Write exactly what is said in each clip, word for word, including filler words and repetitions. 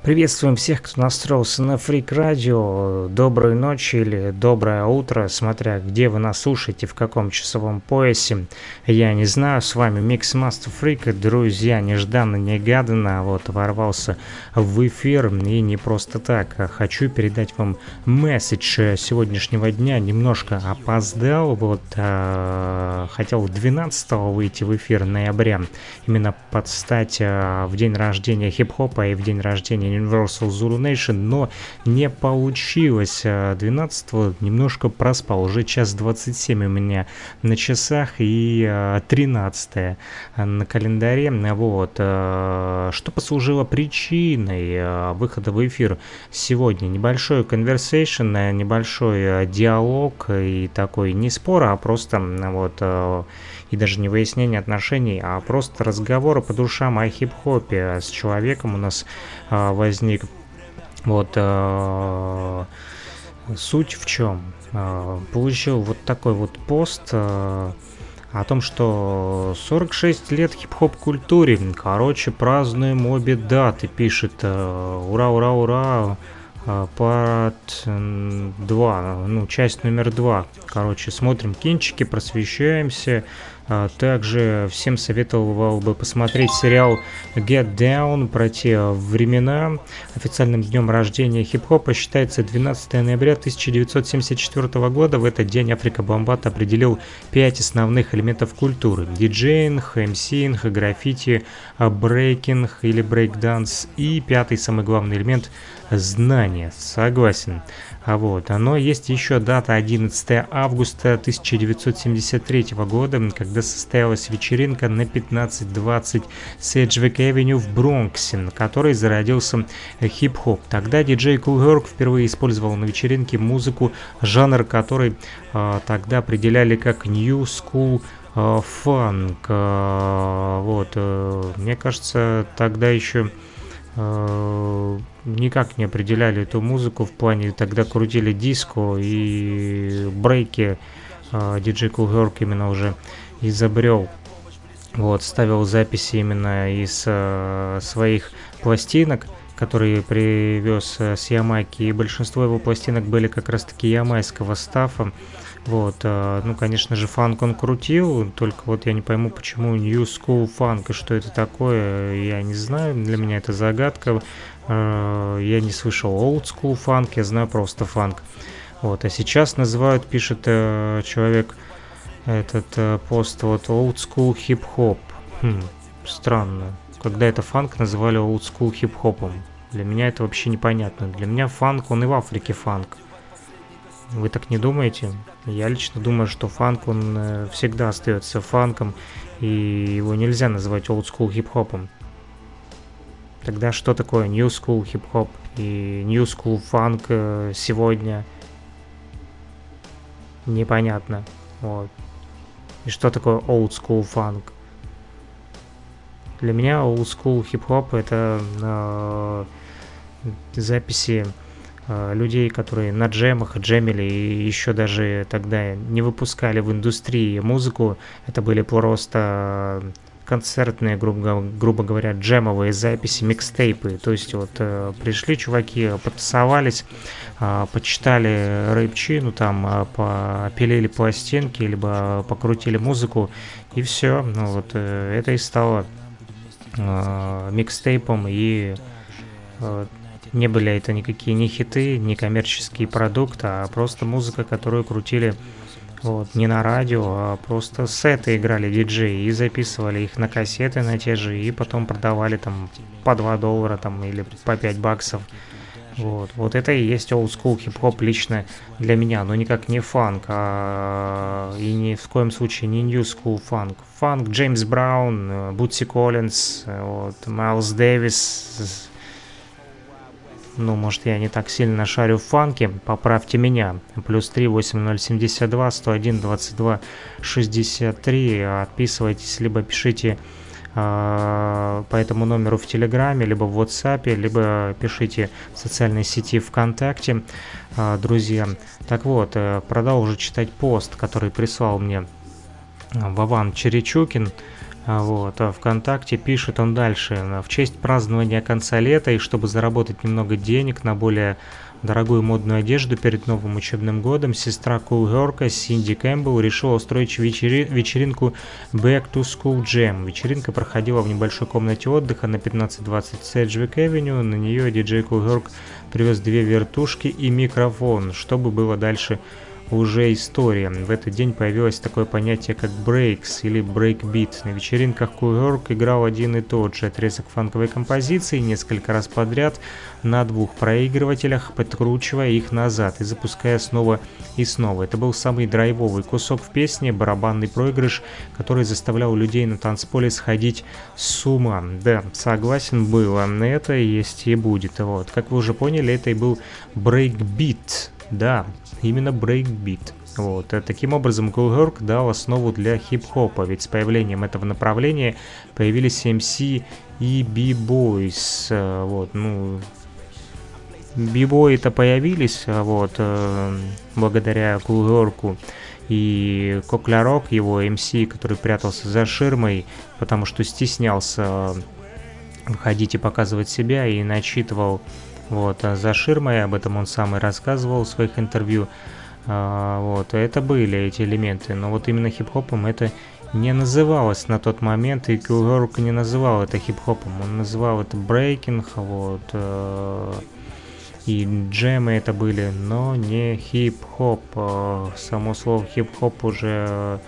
Приветствуем всех, кто настроился на Freak Radio. Доброй ночи или доброе утро, смотря где вы нас слушаете, в каком часовом поясе. Я не знаю, с вами Mix Master Freak. Друзья, нежданно-негаданно вот ворвался в эфир. И не просто так. Хочу передать вам месседж сегодняшнего дня. Немножко опоздал. Вот э, хотел двенадцатого выйти в эфир ноября. Именно под стать э, в день рождения хип-хопа и в день рождения Universal Zulu Nation, но не получилось. двенадцатого немножко проспал, уже час двадцать семь у меня на часах и тринадцатое на календаре. Вот. Что послужило причиной выхода в эфир сегодня? Небольшой conversation, небольшой диалог и такой не спор, а просто вот и даже не выяснение отношений, а просто разговоры по душам о хип-хопе с человеком у нас а, возник. Вот а, суть в чем? А, получил вот такой вот пост а, о том, что сорок шесть лет хип-хоп культуре. Короче, празднуем обе даты, пишет. А, ура, ура, ура. Парт два, ну, часть номер два. Короче, смотрим кинчики, просвещаемся. Также всем советовал бы посмотреть сериал Get Down про те времена. Официальным днем рождения хип-хопа считается двенадцатое ноября тысяча девятьсот семьдесят четвёртого года. В этот день Африка Бамбат определил пять основных элементов культуры: диджеинг, эмсинг, граффити, брейкинг или брейкданс, и пятый, самый главный элемент — знание. Согласен. А вот, оно есть еще дата одиннадцатое августа тысяча девятьсот семьдесят третьего года, когда состоялась вечеринка на пятнадцать двадцать Седжвик Авеню в Бронксе, на которой зародился хип-хоп. Тогда диджей Kool Herc впервые использовал на вечеринке музыку, жанр которой а, тогда определяли как New School Funk. А, вот, а, мне кажется, тогда еще никак не определяли эту музыку в плане, тогда крутили диско и брейки. Диджей Kool Herc именно уже изобрел, вот, ставил записи именно из э, своих пластинок, которые привез с Ямайки, и большинство его пластинок были как раз таки ямайского стафа. Вот, э, ну, конечно же, фанк он крутил, только вот я не пойму, почему New School Funk, и что это такое, я не знаю, для меня это загадка. Э, я не слышал Old School Funk, я знаю просто фанк. Вот, а сейчас называют, пишет э, человек, этот э, пост, вот, Old School Hip Hop. Хм, странно, когда это фанк называли Old School Hip Hop'ом. Для меня это вообще непонятно. Для меня фанк, он и в Африке фанк. Вы так не думаете? Я лично думаю, что фанк, он э, всегда остается фанком, и его нельзя называть old school хип-хопом. Тогда что такое new school хип-хоп и new school фанк э, сегодня? Непонятно. Вот. И что такое old school фанк? Для меня old school хип-хоп — это э, записи людей, которые на джемах джемили и еще даже тогда не выпускали в индустрии музыку. Это были просто концертные, грубо, грубо говоря, джемовые записи, микстейпы. То есть вот э, пришли чуваки, потусовались, э, почитали рэпчину, там, э, попилили пластинки, либо покрутили музыку, и все. Ну, вот, э, это и стало э, микстейпом, и э, не были это никакие не хиты, не коммерческий продукт, а просто музыка, которую крутили вот, не на радио, а просто сеты играли диджеи и записывали их на кассеты на те же, и потом продавали там по два доллара там, или по пять баксов. Вот, вот это и есть old school хип-хоп лично для меня, но никак не фанк, а и ни в коем случае не new school фанк. Фанк, Джеймс Браун, Бутси Коллинз, вот, Майлз Дэвис. Ну, может, я не так сильно шарю в фанке, поправьте меня. Плюс три восемь ноль семь два сто один двадцать два шестьдесят три. Отписывайтесь, либо пишите э, по этому номеру в Телеграме, либо в WhatsApp, либо пишите в социальной сети ВКонтакте, э, друзья. Так вот, э, продолжу читать пост, который прислал мне Вован Черечукин. А Вот, а ВКонтакте пишет он дальше. В честь празднования конца лета и чтобы заработать немного денег на более дорогую модную одежду перед новым учебным годом, сестра Кул Герка Синди Кэмпбелл решила устроить вечери- вечеринку Back to School Jam. Вечеринка проходила в небольшой комнате отдыха на пятнадцать двадцать Седжвик Эвеню. На нее диджей Кул Герк привез две вертушки и микрофон. Что бы было дальше, уже история. В этот день появилось такое понятие, как брейкс или брейкбит. На вечеринках Kool Herc играл один и тот же отрезок фанковой композиции несколько раз подряд на двух проигрывателях, подкручивая их назад и запуская снова и снова. Это был самый драйвовый кусок в песне, барабанный проигрыш, который заставлял людей на танцполе сходить с ума. Да, согласен, было. Это есть и будет. Вот. Как вы уже поняли, это и был брейкбит. Да, именно брейкбит. Вот. А таким образом, Kool Herc дал основу для хип-хопа, ведь с появлением этого направления появились эм си и би-бойс. Вот, ну, би-бои-то появились, вот, э, благодаря Kool Herc. И Коклярок, его эм си, который прятался за ширмой, потому что стеснялся выходить и показывать себя, и начитывал вот, а за ширмой, об этом он сам и рассказывал в своих интервью. А, вот, это были эти элементы, но вот именно хип-хопом это не называлось на тот момент, и Kool Herc не называл это хип-хопом, он называл это брейкинг, вот, э, и джемы это были, но не хип-хоп. Э, само слово хип-хоп уже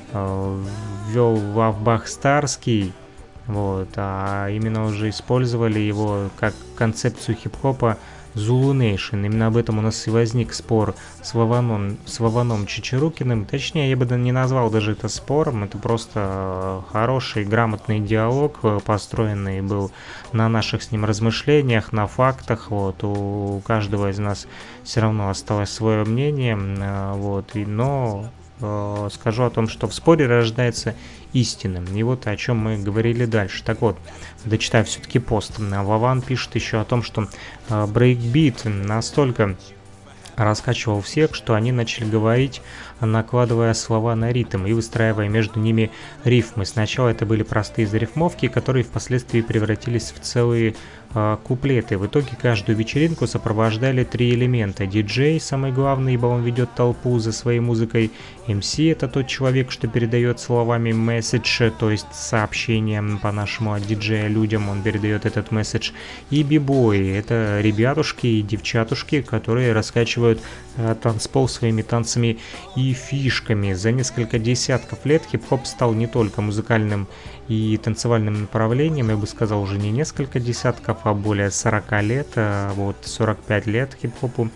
э, ввел Вавбах Старский. Вот, а именно уже использовали его как концепцию хип-хопа Zulu Nation. Именно об этом у нас и возник спор с Вованом, с Вованом Чичерукиным. Точнее, я бы не назвал даже это спором, это просто хороший, грамотный диалог, построенный был на наших с ним размышлениях, на фактах. Вот, у каждого из нас все равно осталось свое мнение, вот, и, но э, скажу о том, что в споре рождается истинным. И вот о чем мы говорили дальше. Так вот, дочитаю все-таки пост. Вован пишет еще о том, что брейкбит настолько раскачивал всех, что они начали говорить, накладывая слова на ритм и выстраивая между ними рифмы. Сначала это были простые зарифмовки, которые впоследствии превратились в целые э, куплеты. В итоге каждую вечеринку сопровождали три элемента. Диджей, самый главный, ибо он ведет толпу за своей музыкой. эм си — это тот человек, что передает словами месседж, то есть сообщение по-нашему от диджея людям, он передает этот месседж. И би-бои — это ребятушки и девчатушки, которые раскачивают э, танцпол своими танцами и фишками. За несколько десятков лет хип-хоп стал не только музыкальным и танцевальным направлением, я бы сказал, уже не несколько десятков, а более сорок лет, вот сорок пять лет хип-хопу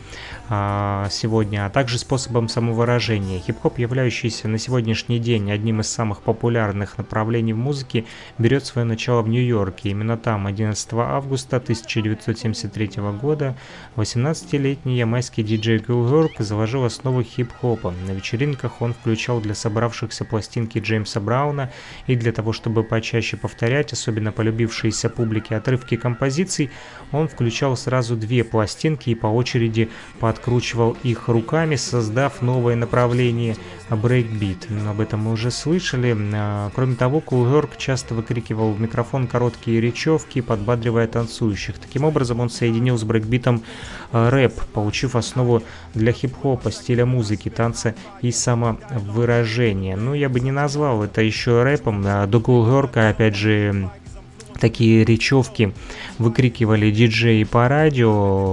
а, сегодня, а также способом самовыражения. Хип-хоп, являющийся на сегодняшний день одним из самых популярных направлений в музыке, берет свое начало в Нью-Йорке. Именно там одиннадцатого августа тысяча девятьсот семьдесят третьего года восемнадцатилетний ямайский диджей Kool Herc заложил основы хип-хопа. На вечеринках он включал для собравшихся пластинки Джеймса Брауна, и для того, чтобы почаще повторять, особенно полюбившиеся публике отрывки композиций, он включал сразу две пластинки и по очереди подкручивал их руками, создав новое направление брейкбит. Об этом мы уже слышали. Кроме того, Kool Herc часто выкрикивал в микрофон короткие речевки, подбадривая танцующих. Таким образом, он соединил с брейкбитом рэп, получив основу для хип-хопа, стиля музыки, танца и самовыражения. Ну, я бы не назвал это еще рэпом. До Kool Herc, опять же, такие речевки выкрикивали диджеи по радио,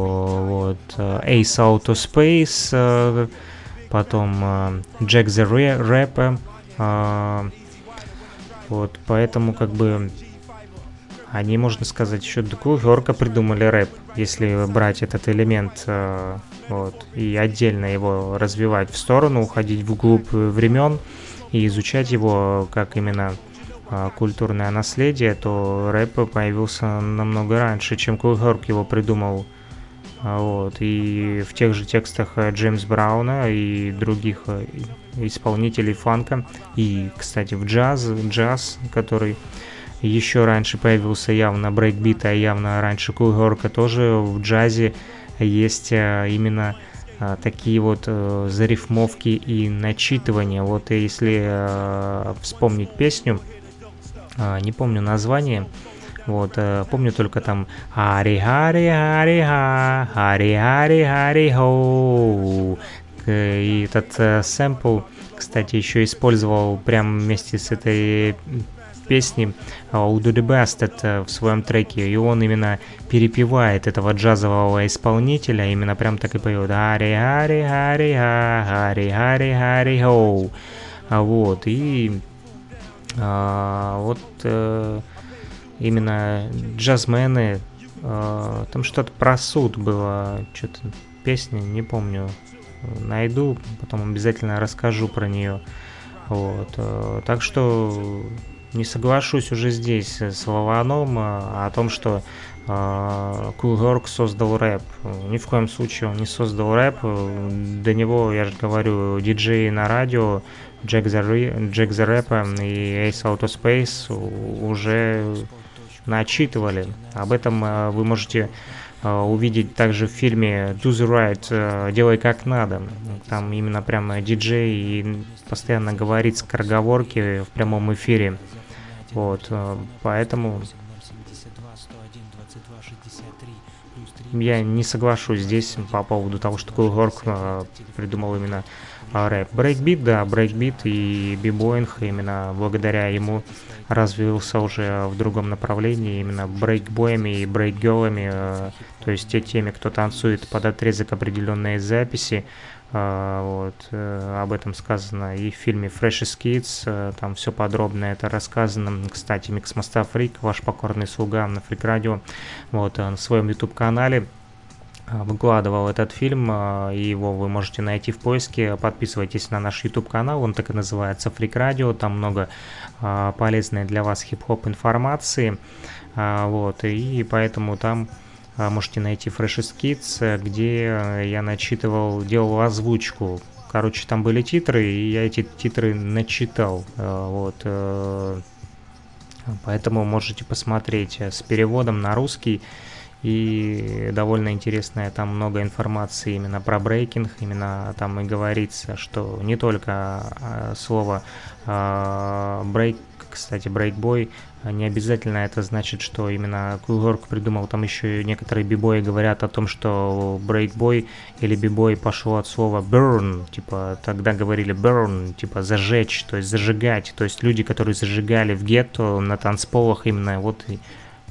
вот, Ace Auto Space, потом Jack the Rapper, вот, поэтому, как бы, они, можно сказать, еще до Kool Herc придумали рэп, если брать этот элемент, вот, и отдельно его развивать в сторону, уходить вглубь времен и изучать его как именно культурное наследие, то рэп появился намного раньше, чем Kool Herc его придумал. Вот. И в тех же текстах Джеймс Брауна и других исполнителей фанка, и, кстати, в джаз, джаз, который еще раньше появился явно брейкбита, а явно раньше Kool Herc, тоже в джазе есть именно такие вот зарифмовки и начитывания. Вот если вспомнить песню а, не помню название. Вот, э, помню только там «Хари-хари-хари-ха, хари-хари-хари-хоу». Э, И этот э, сэмпл, кстати, еще использовал прямо вместе с этой песней «Udo the Bastard» в своем треке. И он именно перепевает этого джазового исполнителя, именно прям так и поет «Хари-хари-хари-ха, хари-хари-хари-хоу». А Вот, и а, вот э, именно джазмены, э, там что-то про суд было, что-то песня, не помню, найду, потом обязательно расскажу про нее. Вот, э, так что не соглашусь уже здесь с Вованом э, о том, что э, Kool Herc создал рэп. Ни в коем случае он не создал рэп. До него, я же говорю, диджеи на радио, Джек the, Ri- Jack the Rapper и Ace Auto Space уже начитывали. Об этом э, вы можете э, увидеть также в фильме Do the Right, э, делай как надо. Там именно прямо диджей и постоянно говорит скороговорки в прямом эфире. Вот, э, поэтому я не соглашусь здесь по поводу того, что Kool Herc э, придумал именно э, рэп. Брейкбит, да, брейкбит и бибоинг именно благодаря ему развился уже в другом направлении, именно брейкбоями и брейкгелами, э, то есть те теми, кто танцует под отрезок определенной записи. Э, вот, э, об этом сказано и в фильме Freshest Kids, э, там все подробно это рассказано. Кстати, Mixmaster Freak, ваш покорный слуга на Freak Radio, вот, э, на своем YouTube-канале выкладывал этот фильм, э, и его вы можете найти в поиске. Подписывайтесь на наш YouTube-канал, он так и называется Freak Radio, там много э, полезной для вас хип-хоп информации, э, вот, и поэтому там э, можете найти Freshest Kids, где я начитывал, делал озвучку. Короче, там были титры, и я эти титры начитал, э, вот, э, поэтому можете посмотреть с переводом на русский. И довольно интересная, там много информации именно про брейкинг, именно там и говорится, что не только э, слово э, брейк, кстати, брейкбой, не обязательно это значит, что именно Kool Herc придумал, там еще некоторые бибои говорят о том, что брейкбой или бибой пошел от слова burn, типа тогда говорили burn, типа зажечь, то есть зажигать, то есть люди, которые зажигали в гетто на танцполах именно вот и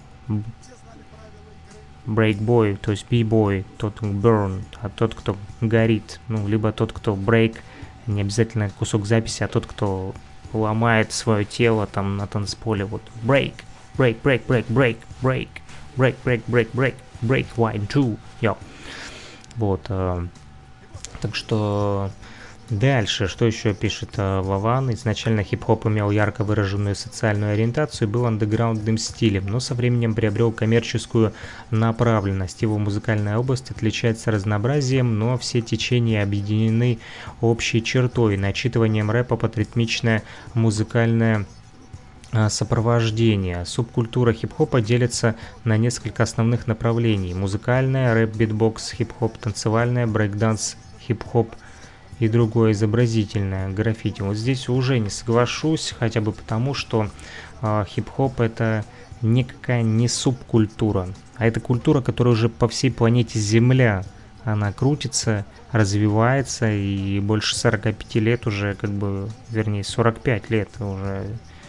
брейкбой, то есть би-бой, тот burn, а тот, кто горит, ну, либо тот, кто брейк, не обязательно кусок записи, а тот, кто ломает свое тело там на танцполе, вот брейк, брейк, брейк, брейк, брейк, брейк, брейк, брейк, брейк, брейк, брейк, one, two, йо. Вот, э, так что дальше, что еще пишет э, Вован? Изначально хип-хоп имел ярко выраженную социальную ориентацию и был андеграундным стилем, но со временем приобрел коммерческую направленность. Его музыкальная область отличается разнообразием, но все течения объединены общей чертой – начитыванием рэпа под ритмичное музыкальное э, сопровождение. Субкультура хип-хопа делится на несколько основных направлений: музыкальная, рэп, битбокс, хип-хоп, танцевальная, брейкданс, хип-хоп и другое изобразительное, граффити. Вот здесь уже не соглашусь, хотя бы потому, что э, хип-хоп это никакая не субкультура, а это культура, которая уже по всей планете Земля, она крутится, развивается, и больше сорока пяти лет уже, как бы, вернее, сорок пять лет уже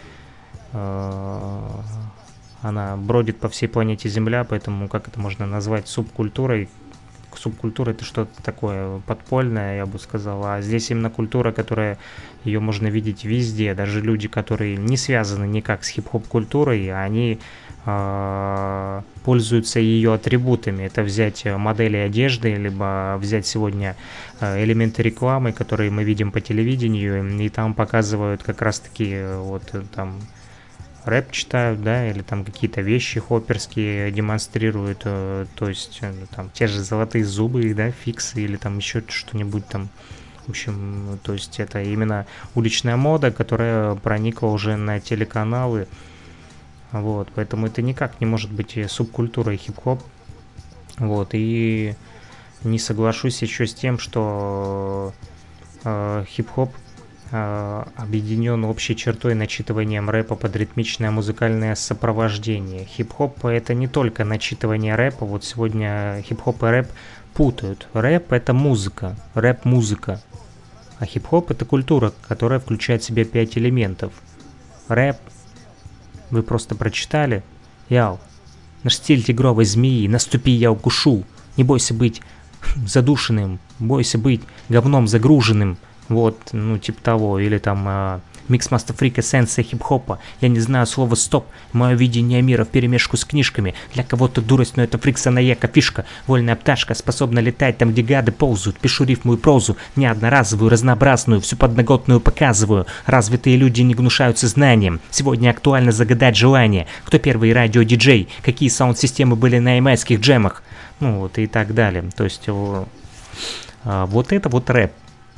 э, она бродит по всей планете Земля, поэтому как это можно назвать субкультурой? Субкультура это что-то такое подпольное, я бы сказал, а здесь именно культура, которая, ее можно видеть везде, даже люди, которые не связаны никак с хип-хоп культурой, они э, пользуются ее атрибутами. Это взять модели одежды, либо взять сегодня э, элементы рекламы, которые мы видим по телевидению, и там показывают как раз-таки вот там рэп читают, да, или там какие-то вещи хопперские демонстрируют, э, то есть э, там те же золотые зубы, да, фиксы или там еще что-нибудь там. В общем, то есть это именно уличная мода, которая проникла уже на телеканалы, вот, поэтому это никак не может быть субкультурой хип-хоп, вот, и не соглашусь еще с тем, что э, хип-хоп э, объединен общей чертой начитыванием рэпа под ритмичное музыкальное сопровождение. Хип-хоп — это не только начитывание рэпа, вот сегодня хип-хоп и рэп путают. Рэп — это музыка, рэп-музыка, а хип-хоп — это культура, которая включает в себя пять элементов. Рэп, вы просто прочитали, яу, наш стиль тигровой змеи, наступи, я укушу, не бойся быть задушенным, бойся быть говном загруженным, вот, ну, типа того, или там э, Mixmaster Freak, эссенция хип-хопа, я не знаю слова стоп, мое видение мира вперемешку с книжками, для кого-то дурость, но это фриксанаяка фишка, вольная пташка, способна летать там, где гады ползают, пишу рифму и прозу, не одноразовую, разнообразную, всю подноготную показываю, развитые люди не гнушаются знанием, сегодня актуально загадать желание, кто первый радио-диджей, какие саунд-системы были на эмайских джемах, ну вот и так далее, то есть э, э, вот это вот рэп.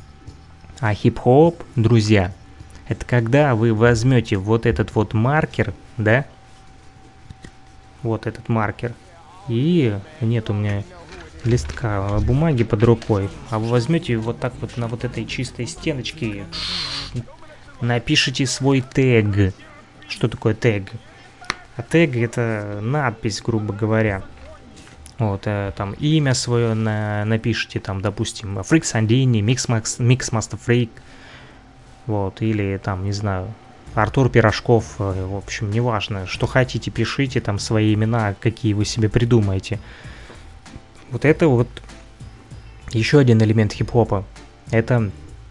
А хип-хоп, друзья, это когда вы возьмете вот этот вот маркер, да, вот этот маркер, и нет у меня листка бумаги под рукой, а вы возьмете вот так вот на вот этой чистой стеночке, напишите свой тег. Что такое тег? А тег — это надпись, грубо говоря. Вот, э, там имя свое на, напишите, там, допустим, Freak Sandini, Mixmaster Freak, вот, или там, не знаю, Артур Пирожков, э, в общем, неважно, что хотите, пишите там свои имена, какие вы себе придумаете. Вот это вот еще один элемент хип-хопа, это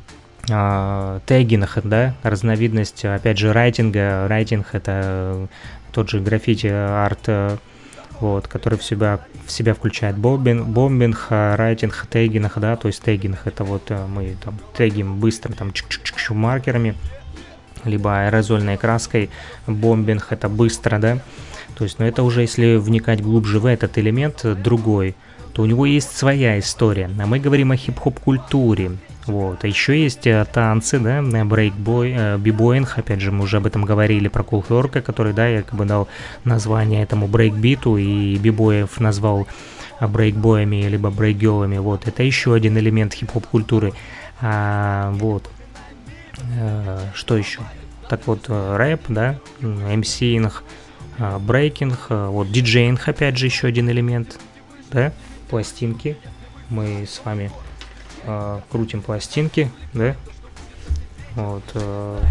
э, тегинг, да, разновидность, опять же, райтинга. Райтинг — это тот же граффити-арт, э, вот, который в себя, в себя включает бомбинг, бомбинг, райтинг, тегинг, да, то есть тегинг — это вот мы там тегим быстро там чик-чик-чик маркерами, либо аэрозольной краской, бомбинг — это быстро, да, то есть, но это уже, если вникать глубже в этот элемент другой, то у него есть своя история, а мы говорим о хип-хоп культуре. Вот. А еще есть э, танцы, да, брейкбой, э, бибоинг, опять же, мы уже об этом говорили, про Kool Herc, который, да, якобы дал название этому брейкбиту, и бибоев назвал э, брейкбоями, либо брейкгелами, вот, это еще один элемент хип-хоп культуры, а, вот, э, что еще? Так вот, э, рэп, да, эмсиинг, э, брейкинг, э, вот, диджейнг, опять же, еще один элемент, да, пластинки, мы с вами Uh, крутим пластинки, да, вот, uh,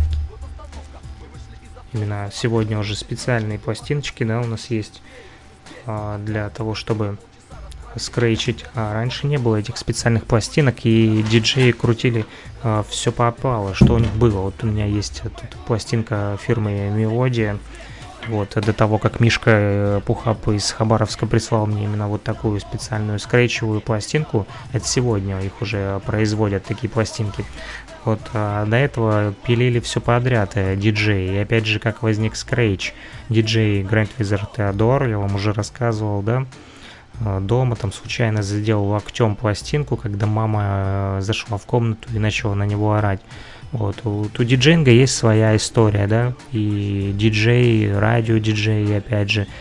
именно сегодня уже специальные пластиночки, да, у нас есть uh, для того, чтобы скретчить, а раньше не было этих специальных пластинок, и диджеи крутили uh, все попало, что у них было. Вот у меня есть тут пластинка фирмы Мелодия. Вот, до того, как Мишка Пухап из Хабаровска прислал мне именно вот такую специальную скретчевую пластинку, это сегодня их уже производят, такие пластинки. Вот, а до этого пилили все подряд э, диджеи. И опять же, как возник скретч. Диджей Grand Wizard Theodore, я вам уже рассказывал, да, дома там случайно задел локтем пластинку, когда мама зашла в комнату и начала на него орать. Вот, у, у диджейнга есть своя история, да, и диджей, радио-диджей, опять же,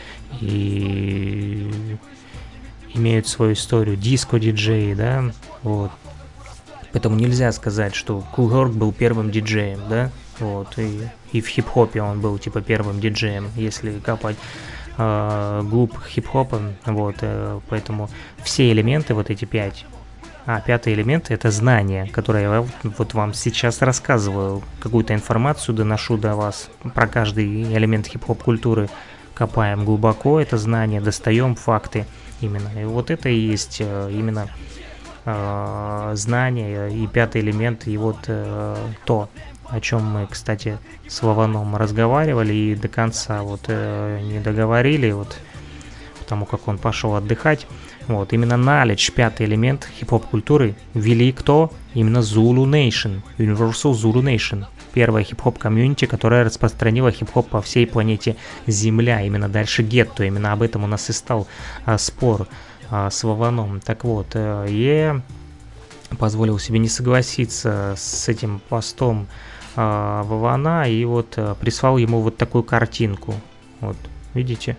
и имеют свою историю, диско-диджеи, да, вот. Поэтому нельзя сказать, что Kool Herc был первым диджеем, да, вот, и, и в хип-хопе он был, типа, первым диджеем, если копать э, глубь хип-хопа, вот, э, поэтому все элементы, вот эти пять. А пятый элемент — это знание, которое я вот вам сейчас рассказываю, какую-то информацию доношу до вас про каждый элемент хип-хоп культуры, копаем глубоко это знание, достаем факты именно. И вот это и есть именно э, знание и пятый элемент, и вот э, то, о чем мы, кстати, с Вованом разговаривали и до конца вот э, не договорили, вот, потому как он пошел отдыхать. Вот, именно knowledge, пятый элемент хип-хоп культуры, ввели кто? Именно Zulu Nation, Universal Zulu Nation. Первая хип-хоп комьюнити, которая распространила хип-хоп по всей планете Земля. Именно дальше гетто, именно об этом у нас и стал а, спор а, с Вованом. Так вот, а, я позволил себе не согласиться с этим постом а, Вована и вот а, прислал ему вот такую картинку. Вот, видите?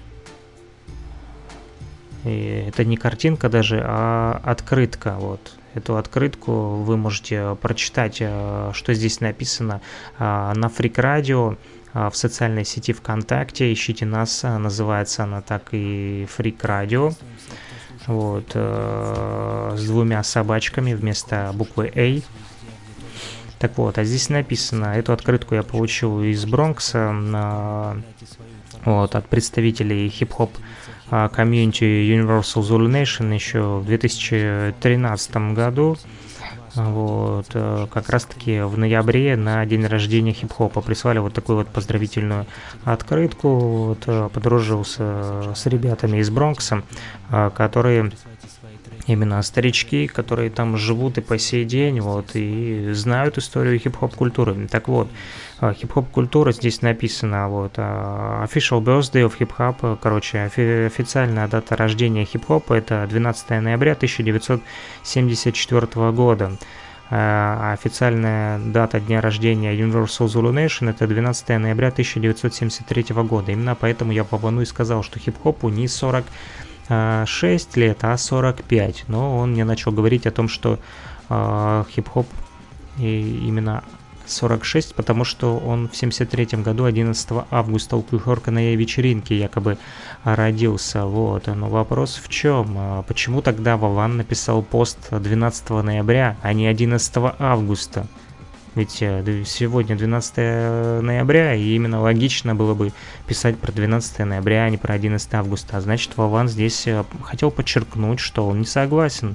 И это не картинка даже, а открытка. Вот. эту открытку, вы можете прочитать, что здесь написано на Фрик Радио в социальной сети ВКонтакте. Ищите нас, называется она так и Фрик Радио. Вот, с двумя собачками вместо буквы A. Так вот, а здесь написано, эту открытку я получил из Бронкса, вот, от представителей хип-хоп комьюнити Universal Zulu Nation еще в две тысячи тринадцатом году. Вот, как раз-таки в ноябре на день рождения хип-хопа прислали вот такую вот поздравительную открытку. Вот, подружился с ребятами из Бронкса, которые именно старички, которые там живут и по сей день, вот, и знают историю хип-хоп культуры. Так вот, хип-хоп культура здесь написано, вот, official birthday of hip-hop, короче, офи- официальная дата рождения хип-хопа это двенадцатое ноября тысяча девятьсот семьдесят четвёртого года. А официальная дата дня рождения Universal Zulu Nation это двенадцатое ноября тысяча девятьсот семьдесят третьего года. Именно поэтому я Павану и сказал, что хип-хопу не сорок шесть лет, а сорок пять. Но он мне начал говорить о том, что э, хип-хоп и именно сорок шесть, потому что он в семьдесят третьем году одиннадцатого августа у Кулхорка на вечеринке якобы родился. Вот. Но вопрос в чем? Почему тогда Вован написал пост двенадцатого ноября, а не одиннадцатого августа? Ведь сегодня двенадцатое ноября, и именно логично было бы писать про двенадцатое ноября, а не про одиннадцатое августа. А значит, Вован здесь хотел подчеркнуть, что он не согласен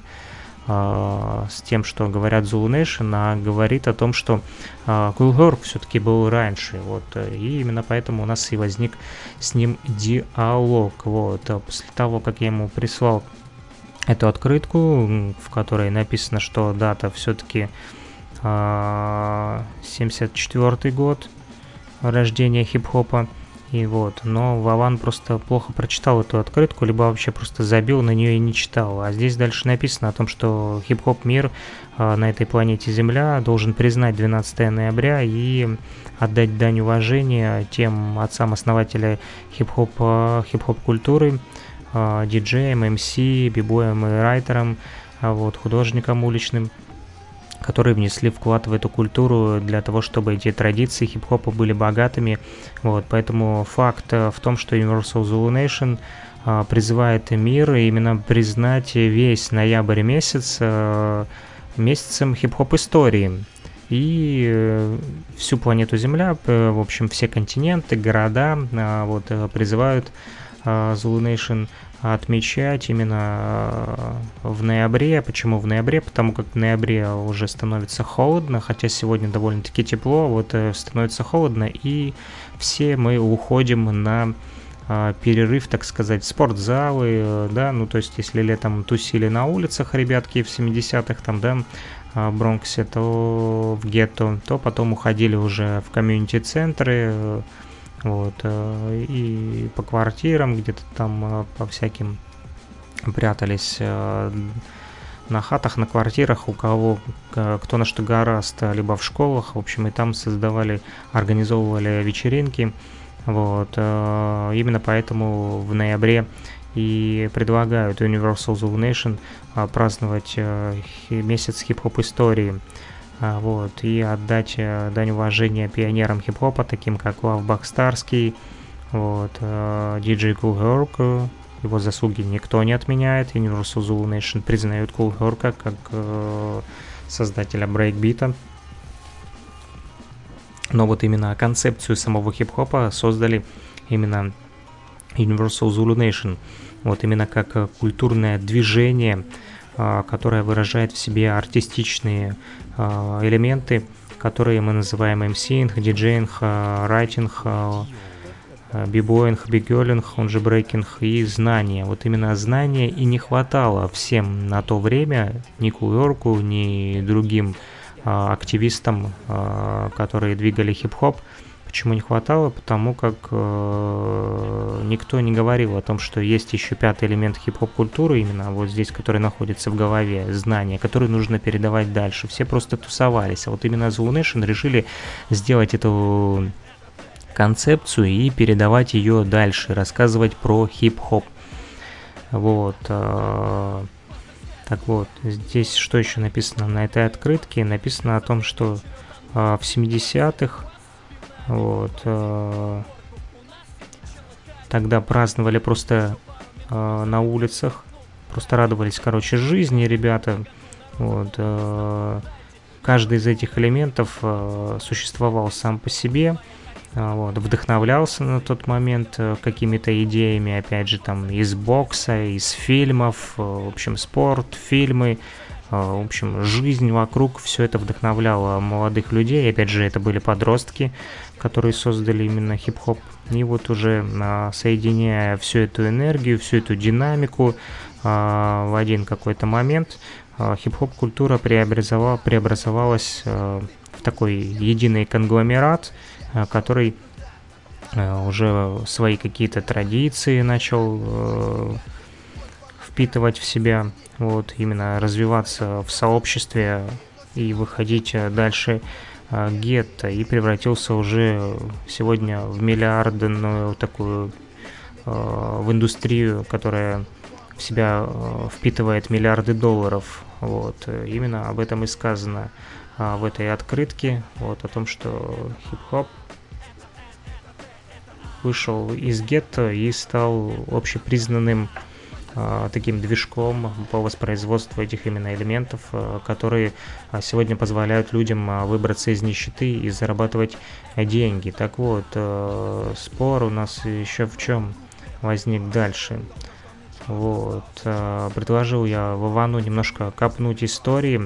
э, с тем, что говорят Zulu Nation, а говорит о том, что э, Кулхорк все-таки был раньше. Вот, и именно поэтому у нас и возник с ним диалог. Вот. После того, как я ему прислал эту открытку, в которой написано, что дата все-таки семьдесят четвёртый год рождения хип-хопа. И вот, но Вован просто плохо прочитал эту открытку, либо вообще просто забил на нее и не читал. А здесь дальше написано о том, что хип-хоп мир на этой планете Земля должен признать двенадцатое ноября и отдать дань уважения тем отцам-основателям хип-хоп, хип-хоп культуры, диджеям, эм си, бибоям и райтерам, вот, художникам уличным, которые внесли вклад в эту культуру для того, чтобы эти традиции хип-хопа были богатыми. Вот, поэтому факт в том, что Universal Zulu Nation а, призывает мир именно признать весь ноябрь месяц а, месяцем хип-хоп истории. И э, всю планету Земля, э, в общем, все континенты, города а, вот, призывают а, Zulu Nation отмечать именно в ноябре. Почему в ноябре? Потому как в ноябре уже становится холодно, хотя сегодня довольно-таки тепло, вот становится холодно, и все мы уходим на а, перерыв, так сказать, в спортзалы, да, ну, то есть, если летом тусили на улицах ребятки в семидесятых, там, да, в Бронксе, то в гетто, то потом уходили уже в комьюнити-центры, вот, и по квартирам где-то там по всяким прятались на хатах, на квартирах, у кого кто на что гораст, либо в школах, в общем, и там создавали, организовывали вечеринки, вот, именно поэтому в ноябре и предлагают Universal Zulu Nation праздновать месяц хип-хоп истории. Вот, и отдать дань уважения пионерам хип-хопа, таким как Лавбах Старский, вот, диджей Кулхорк, его заслуги никто не отменяет, Universal Zulu Nation признает Кулхорка как э, создателя брейкбита. Но вот именно концепцию самого хип-хопа создали именно Universal Zulu Nation, вот именно как культурное движение, которая выражает в себе артистичные э, элементы, которые мы называем эмсиинг, диджеинг, э, райтинг, э, бибоинг, бигелинг, он же брейкинг, и знания. Вот именно знания и не хватало всем на то время, ни Кулхорку, ни другим э, активистам, э, которые двигали хип-хоп. Почему не хватало? Потому как э, никто не говорил о том, что есть еще пятый элемент хип-хоп-культуры, именно вот здесь, который находится в голове, знания, которые нужно передавать дальше. Все просто тусовались. А вот именно Zulu Nation решили сделать эту концепцию и передавать ее дальше, рассказывать про хип-хоп. Вот. Э, Так вот, здесь что еще написано на этой открытке? Написано о том, что э, в семидесятых вот, э, тогда праздновали просто э, на улицах, просто радовались, короче, жизни ребята. Вот, э, каждый из этих элементов э, существовал сам по себе. Вот, вдохновлялся на тот момент какими-то идеями, опять же, там, из бокса, из фильмов, в общем, спорт, фильмы, в общем, жизнь вокруг, все это вдохновляло молодых людей, опять же, это были подростки, которые создали именно хип-хоп, и вот уже соединяя всю эту энергию, всю эту динамику в один какой-то момент, хип-хоп-культура преобразовала, преобразовалась в такой единый конгломерат, который уже свои какие-то традиции начал впитывать в себя, вот, именно развиваться в сообществе и выходить дальше гетто, и превратился уже сегодня в миллиардную такую, в индустрию, которая в себя впитывает миллиарды долларов, вот, именно об этом и сказано в этой открытке, вот, о том, что хип-хоп вышел из гетто и стал общепризнанным э, таким движком по воспроизводству этих именно элементов, э, которые сегодня позволяют людям э, выбраться из нищеты и зарабатывать деньги. Так вот, э, спор у нас еще в чем возник дальше. Вот, э, предложил я Вовану немножко копнуть истории.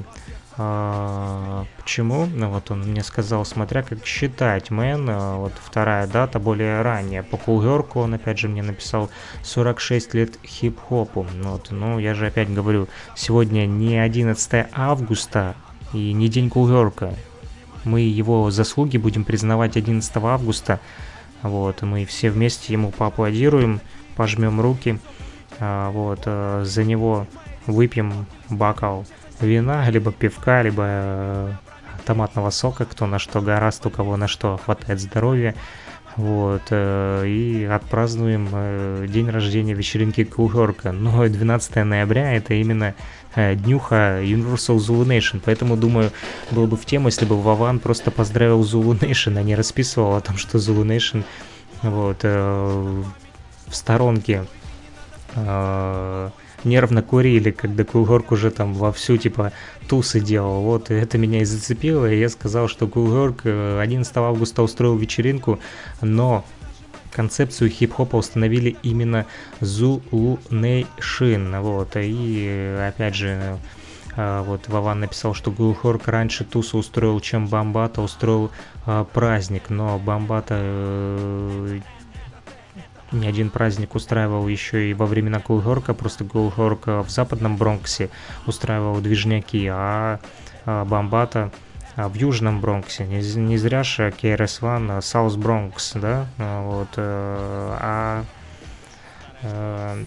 А, почему? Ну вот он мне сказал, смотря как считать, мэн, вот вторая дата более ранняя. По Кулгерку он опять же мне написал сорок шесть лет хип-хопу. Вот, ну я же опять говорю, сегодня не одиннадцатое августа и не день Кулгерка. Мы его заслуги будем признавать одиннадцатого августа. Вот, мы все вместе ему поаплодируем, пожмем руки. А, вот, за него выпьем бокал вина, либо пивка, либо э, томатного сока, кто на что гораст, у кого на что хватает здоровья, вот, э, и отпразднуем э, день рождения вечеринки Кулгерка. Но двенадцатое ноября это именно э, днюха Universal Zulu Nation, поэтому, думаю, было бы в тему, если бы Вован просто поздравил Zulu Nation, а не расписывал о том, что Zulu Nation вот, э, в сторонке э, нервно курили, когда Кулгерк уже там вовсю типа тусы делал. Вот, и это меня и зацепило, и я сказал, что Кулгерк одиннадцатого августа устроил вечеринку, но концепцию хип-хопа установили именно Zulu Nation. Вот, и опять же, вот Вован написал, что Кулгерк раньше тусы устроил, чем Бамбата устроил а, праздник, но Бамбата э, ни один праздник устраивал еще и во времена Кулгерка, просто Кулгерк в западном Бронксе устраивал движняки, а Бамбата в южном Бронксе. Не, не зря же кей ар эс один South Bronx, да, вот, а, а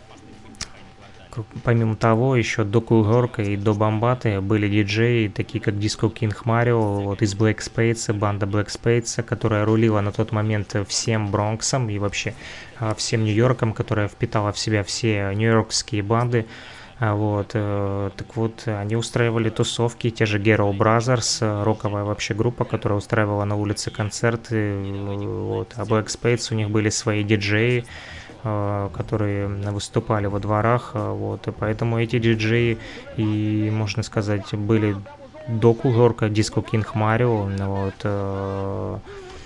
помимо того, еще до Кулгерка и до Бамбаты были диджеи, такие как Disco King Mario, вот из Black Spades, банда Black Spades, которая рулила на тот момент всем Бронксом и вообще всем Нью-Йорком, которая впитала в себя все нью-йоркские банды. Вот, так вот, они устраивали тусовки, те же Ghetto Brothers, роковая вообще группа, которая устраивала на улице концерты, вот, а Black Spades, у них были свои диджеи, которые выступали во дворах, вот, и поэтому эти диджеи, и, можно сказать, были до Кулгерка, Disco King Mario, вот,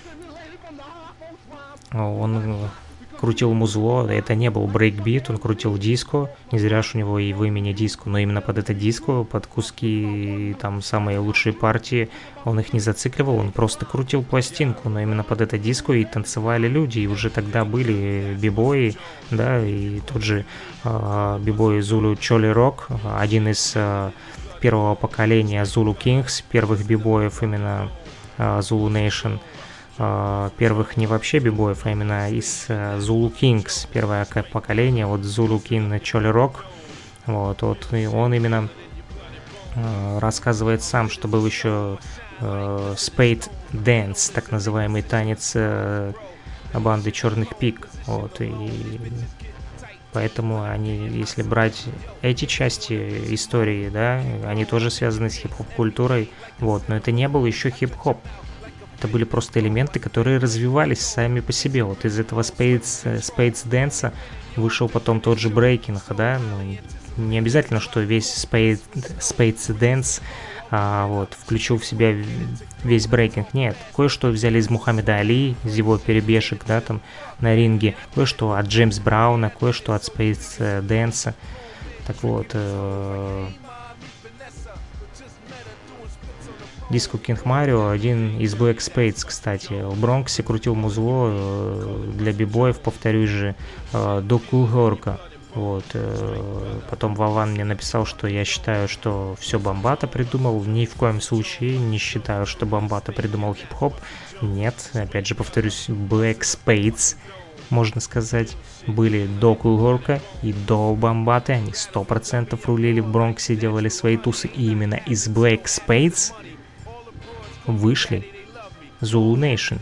он крутил музло, это не был брейкбит, он крутил диско, не зря ж у него и в имени диско, но именно под это диско, под куски, там, самые лучшие партии, он их не зацикливал, он просто крутил пластинку, но именно под это диско и танцевали люди, и уже тогда были бибои, да, и тот же э, бибой Zulu Chole Rock, один из э, первого поколения Zulu Kings, первых бибоев именно э, Zulu Nation, первых не вообще бибоев, а именно из Zulu Kings, первое поколение, вот Zulu King Chole Rock, вот, вот, и он именно э, рассказывает сам, что был еще э, Spade Dance, так называемый танец э, банды Черных Пик, вот, и Поэтому они, если брать эти части истории, да, они тоже связаны с хип-хоп-культурой, вот, но это не был еще хип-хоп. Это были просто элементы, которые развивались сами по себе. Вот из этого Spades, Spades Dance вышел потом тот же брейкинг, да, ну, не обязательно, что весь Spades, Spades Dance а, вот, включил в себя весь брейкинг. Нет, кое-что взяли из Мухаммеда Али, из его перебежек, да, там, на ринге, кое-что от Джеймс Брауна, кое-что от Spades Dance. Так вот, э- Диско Кинг Марио, один из Black Spades, кстати, в Бронксе крутил музло э, для бибоев, повторюсь же, э, до Кулгорка. Вот, э, потом Вован мне написал, что я считаю, что все Бомбата придумал. Ни в коем случае не считаю, что Бомбата придумал хип-хоп. Нет, опять же повторюсь, Black Spades, можно сказать, были до Кулгорка и до Бомбаты. Они сто процентов рулили в Бронксе, делали свои тусы. И именно из Black Spades вышли Zulu Nation.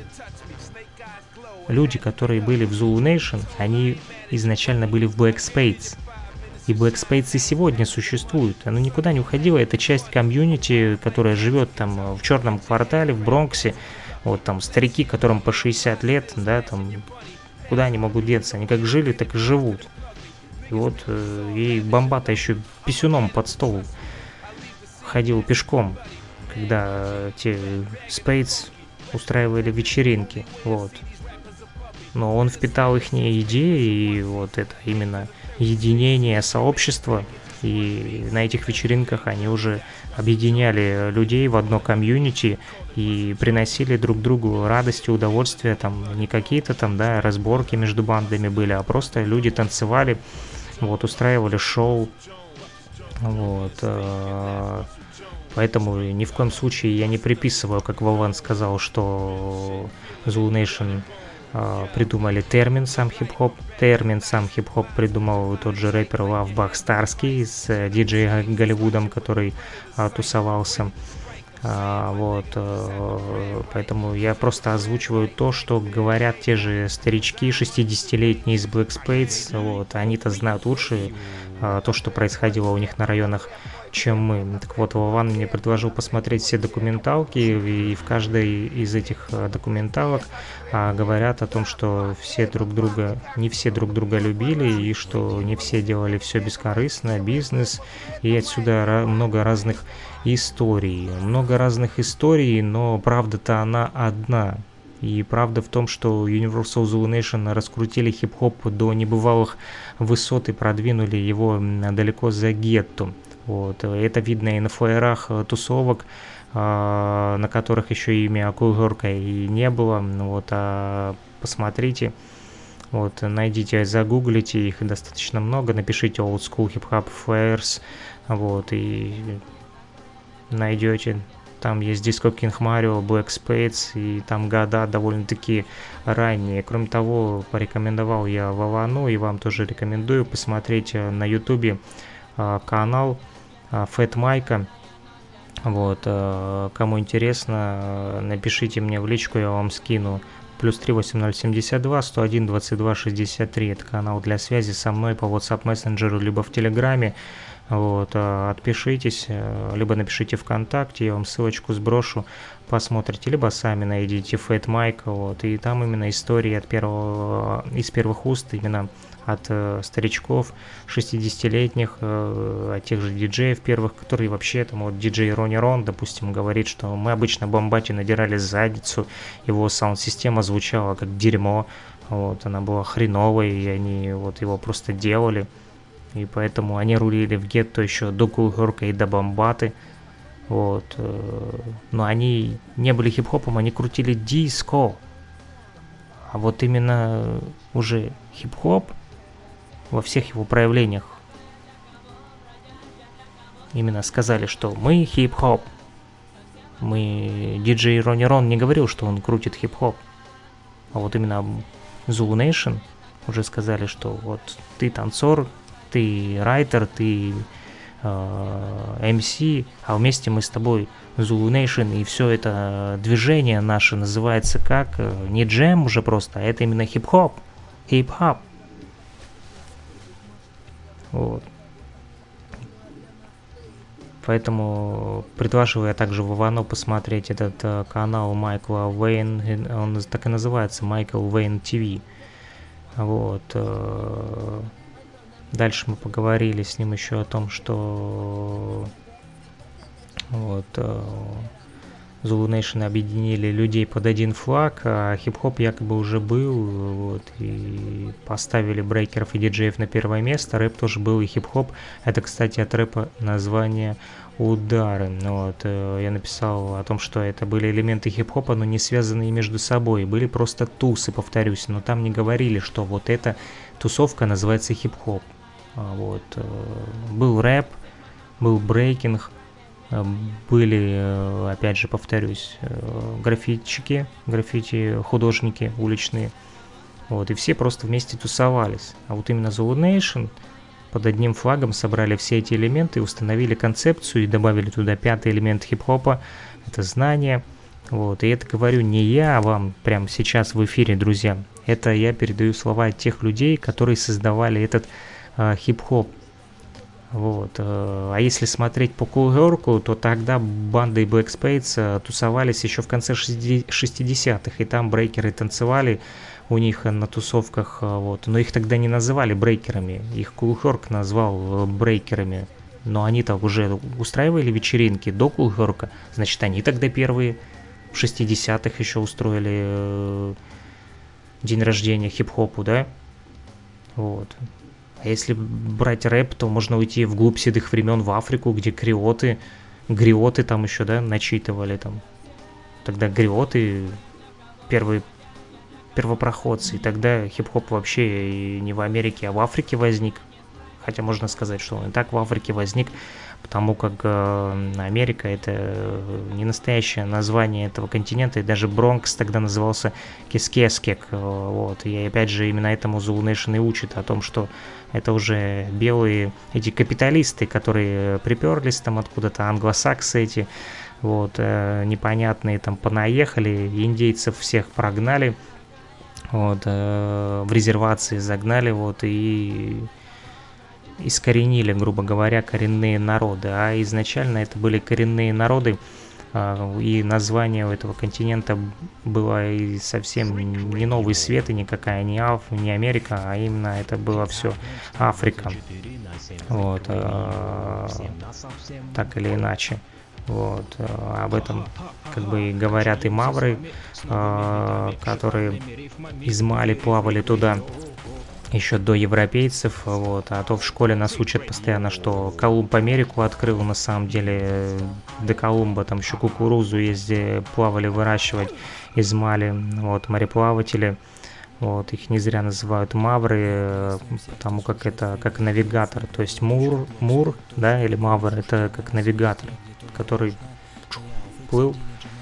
Люди, которые были в Zulu Nation, они изначально были в Black Spades. И Black Spades и сегодня существует. Оно никуда не уходило. Это часть комьюнити, которая живет там в черном квартале, в Бронксе. Вот там старики, которым по шестьдесят лет, да, там куда они могут деться? Они как жили, так и живут. И вот э, и Бомбата еще писюном под стол ходил пешком, когда те Spades устраивали вечеринки, вот. Но он впитал их идеи, и вот это именно единение сообщества, и на этих вечеринках они уже объединяли людей в одно комьюнити и приносили друг другу радость и удовольствие, там не какие-то там, да, разборки между бандами были, а просто люди танцевали, вот, устраивали шоу, вот. Поэтому ни в коем случае я не приписываю, как Вован сказал, что Zulu Nation э, придумали термин сам хип-хоп. Термин сам хип-хоп придумал тот же рэпер Лав Бах Старский с э, диджей Голливудом, который э, тусовался. А, вот, э, поэтому я просто озвучиваю то, что говорят те же старички шестидесятилетние из Black Spades. Вот, они-то знают лучше э, то, что происходило у них на районах, чем мы. Так вот, Вован мне предложил посмотреть все документалки, и в каждой из этих документалок а, говорят о том, что все друг друга, не все друг друга любили, и что не все делали все бескорыстно, бизнес, и отсюда много разных историй. Много разных историй, но правда-то она одна. И правда в том, что Universal Zulu Nation раскрутили хип-хоп до небывалых высот и продвинули его далеко за гетто. Вот. Это видно и на флеерах тусовок, э, на которых еще имя Кулгорка и не было. Вот, а посмотрите, вот, найдите, загуглите, их достаточно много, напишите Old School Hip Hop Flares, вот, и найдете. Там есть Disco King Mario, Black Spades, и там года довольно-таки ранние. Кроме того, порекомендовал я Вовану, и вам тоже рекомендую посмотреть на ютубе э, канал Фэт Майка. Вот, кому интересно, напишите мне в личку, я вам скину. Плюс три восемь ноль семь два сто один двадцать два шестьдесят три. Это канал для связи со мной по WhatsApp мессенджеру, либо в Телеграме. Вот, отпишитесь, либо напишите ВКонтакте, я вам ссылочку сброшу, посмотрите, либо сами найдите Фэт Майка, вот, и там именно истории от первого, из первых уст, именно от э, старичков, шестидесятилетних, э, от тех же диджеев первых, которые вообще, там, вот диджей Ронни Рон, допустим, говорит, что мы обычно Бомбате надирали задницу, его саунд-система звучала как дерьмо, вот, она была хреновой, и они вот его просто делали, и поэтому они рулили в гетто еще до Кулгорка и до Бомбаты, вот, э, но они не были хип-хопом, они крутили диско, а вот именно уже хип-хоп во всех его проявлениях именно сказали, что мы хип-хоп. Мы, диджей Ронни Рон не говорил, что он крутит хип-хоп, а вот именно Zulu Nation уже сказали, что вот ты танцор, ты райтер, ты э, эм си, а вместе мы с тобой Zulu Nation, и все это движение наше называется как не джем уже просто, а это именно хип-хоп, хип-хоп. Вот. Поэтому предложил я также Вовану посмотреть этот э, канал Майкла Вейн, он так и называется, Майкл Вейн ти ви. Вот. Э, дальше мы поговорили с ним еще о том, что вот, э, Zulu Nation объединили людей под один флаг, а хип-хоп якобы уже был, вот, и поставили брейкеров и диджеев на первое место, рэп тоже был и хип-хоп. Это, кстати, от рэпа название «Удары». Вот, я написал о том, что это были элементы хип-хопа, но не связанные между собой, были просто тусы, повторюсь, но там не говорили, что вот эта тусовка называется хип-хоп. Вот, был рэп, был брейкинг, были, опять же, повторюсь, граффитчики, граффити-художники уличные, вот, и все просто вместе тусовались. А вот именно Zulu Nation под одним флагом собрали все эти элементы, установили концепцию и добавили туда пятый элемент хип-хопа, это знание. Вот, и это говорю не я вам прямо сейчас в эфире, друзья, это я передаю слова тех людей, которые создавали этот э, хип-хоп. Вот. А если смотреть по Кулгерку, то тогда банда и Black Spades тусовались еще в конце шестидесятых, и там брейкеры танцевали у них на тусовках, вот. Но их тогда не называли брейкерами, их Кулгерк назвал брейкерами, но они-то уже устраивали вечеринки до Кулгерка, значит, они тогда первые в шестидесятых еще устроили день рождения хип-хопу, да? Вот. А если брать рэп, то можно уйти вглубь седых времен в Африку, где криоты, гриоты там еще, да, начитывали там. Тогда гриоты первые первопроходцы, и тогда хип-хоп вообще и не в Америке, а в Африке возник. Хотя можно сказать, что он и так в Африке возник, потому как э, Америка — это не настоящее название этого континента, и даже Бронкс тогда назывался Кискескек. Вот. И опять же именно этому Zulu Nation и учит о том, что это уже белые, эти капиталисты, которые приперлись там откуда-то, англосаксы эти, вот, э, непонятные там понаехали, индейцев всех прогнали, вот, э, в резервации загнали, вот, и искоренили, грубо говоря, коренные народы. А изначально это были коренные народы, и название у этого континента было и совсем не Новый Свет, и никакая не, Аф, не Америка, а именно это было все Африка. Вот, так или иначе. Вот, об этом как бы говорят и мавры, которые из Мали плавали туда еще до европейцев, вот, а то в школе нас учат постоянно, что Колумб Америку открыл, на самом деле до Колумба там еще кукурузу ездили, плавали выращивать из Мали, вот, мореплаватели, вот, их не зря называют мавры, потому как это как навигатор, то есть мур, мур, да, или мавр, это как навигатор, который плыл,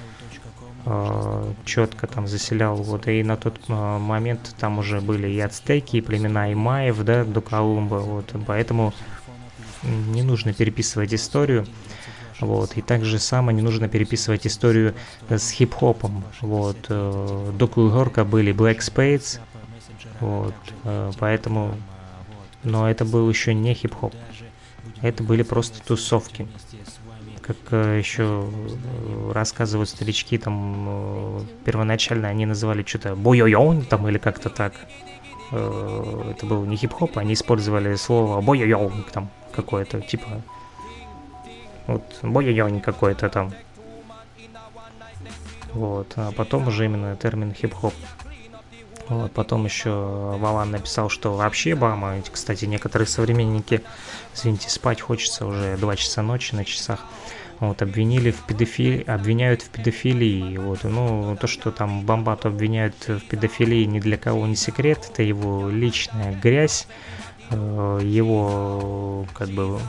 четко там заселял, вот, и на тот момент там уже были и ацтеки, и племена имаев, да, до Колумба, вот, поэтому не нужно переписывать историю, вот, и так же само не нужно переписывать историю с хип-хопом, вот, до Кулгерка были Black Spades, вот, поэтому, но это был еще не хип-хоп, это были просто тусовки. Как еще рассказывают старички, там первоначально они называли что-то бой-ой-ой, там или как-то так. Это был не хип-хоп, они использовали слово бой-ой-ой, там какое-то, типа, вот, бой-ой-ой какой-то там. Вот, а потом уже именно термин хип-хоп. Вот, потом еще Вован написал, что вообще Бама, кстати, некоторые современники, извините, спать хочется, уже два часа ночи на часах, вот, обвинили в педофилии, обвиняют в педофилии, вот, ну, то, что там Бамбату обвиняют в педофилии, ни для кого не секрет, это его личная грязь, его, как бы,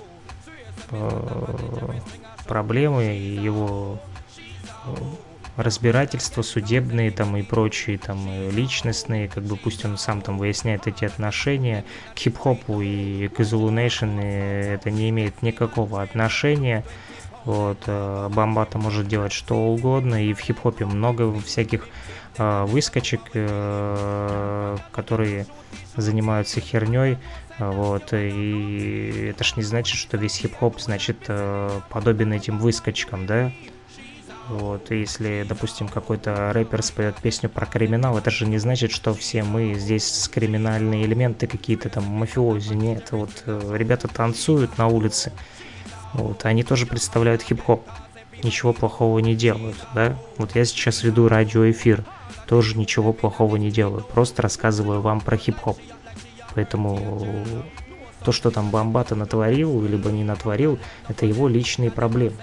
проблемы, его разбирательства судебные там и прочие там личностные, как бы пусть он сам там выясняет эти отношения к хип-хопу и к Zulu Nation, это не имеет никакого отношения. Вот, Бамбата может делать что угодно, и в хип-хопе много всяких э, выскочек, э, которые занимаются херней. Вот, и это ж не значит, что весь хип-хоп, значит, э, подобен этим выскочкам, да? Вот, и если, допустим, какой-то рэпер споет песню про криминал, это же не значит, что все мы здесь криминальные элементы какие-то там, мафиози. Нет, вот э, ребята танцуют на улице, вот, они тоже представляют хип-хоп, ничего плохого не делают, да? Вот я сейчас веду радиоэфир, тоже ничего плохого не делаю, просто рассказываю вам про хип-хоп. Поэтому то, что там Бомбата натворил, либо не натворил, это его личные проблемы.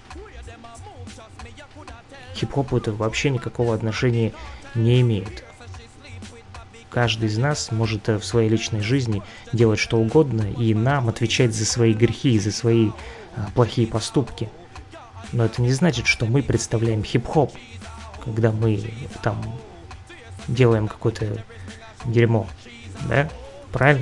К хип-хопу это вообще никакого отношения не имеет. Каждый из нас может в своей личной жизни делать что угодно и нам отвечать за свои грехи и за свои а, плохие поступки. Но это не значит, что мы представляем хип-хоп, когда мы там делаем какое-то дерьмо, да? Правильно?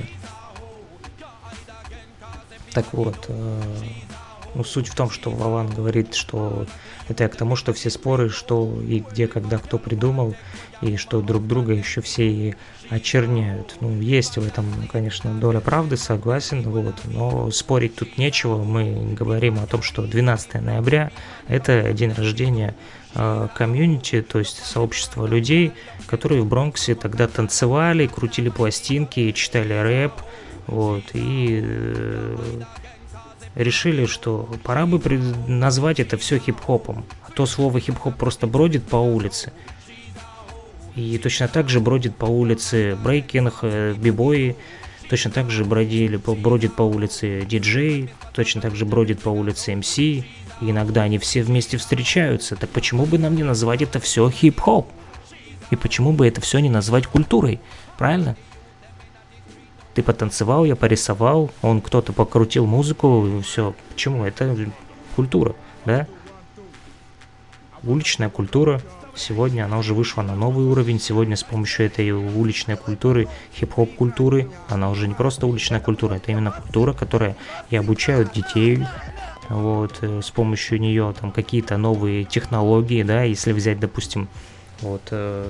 Так вот, э, ну, суть в том, что Вован говорит, что это я к тому, что все споры, что и где, когда, кто придумал, и что друг друга еще все и очерняют. Ну, есть в этом, конечно, доля правды, согласен, вот, но спорить тут нечего. Мы говорим о том, что двенадцатое ноября – это день рождения э, комьюнити, то есть сообщества людей, которые в Бронксе тогда танцевали, крутили пластинки, читали рэп, вот, и э, решили, что пора бы назвать это все хип-хопом. А то слово хип-хоп просто бродит по улице. И точно так же бродит по улице брейкинг, бибои, точно так же бродили, бродит по улице диджей, точно так же бродит по улице эм си. И иногда они все вместе встречаются. Так почему бы нам не назвать это все хип-хоп? И почему бы это все не назвать культурой? Правильно? Ты потанцевал, я порисовал, он кто-то покрутил музыку, и все. Почему? Это культура, да? Уличная культура. Сегодня она уже вышла на новый уровень. Сегодня с помощью этой уличной культуры, хип-хоп культуры, она уже не просто уличная культура, это именно культура, которая и обучают детей. Вот, с помощью нее там какие-то новые технологии, да, если взять, допустим, вот, э,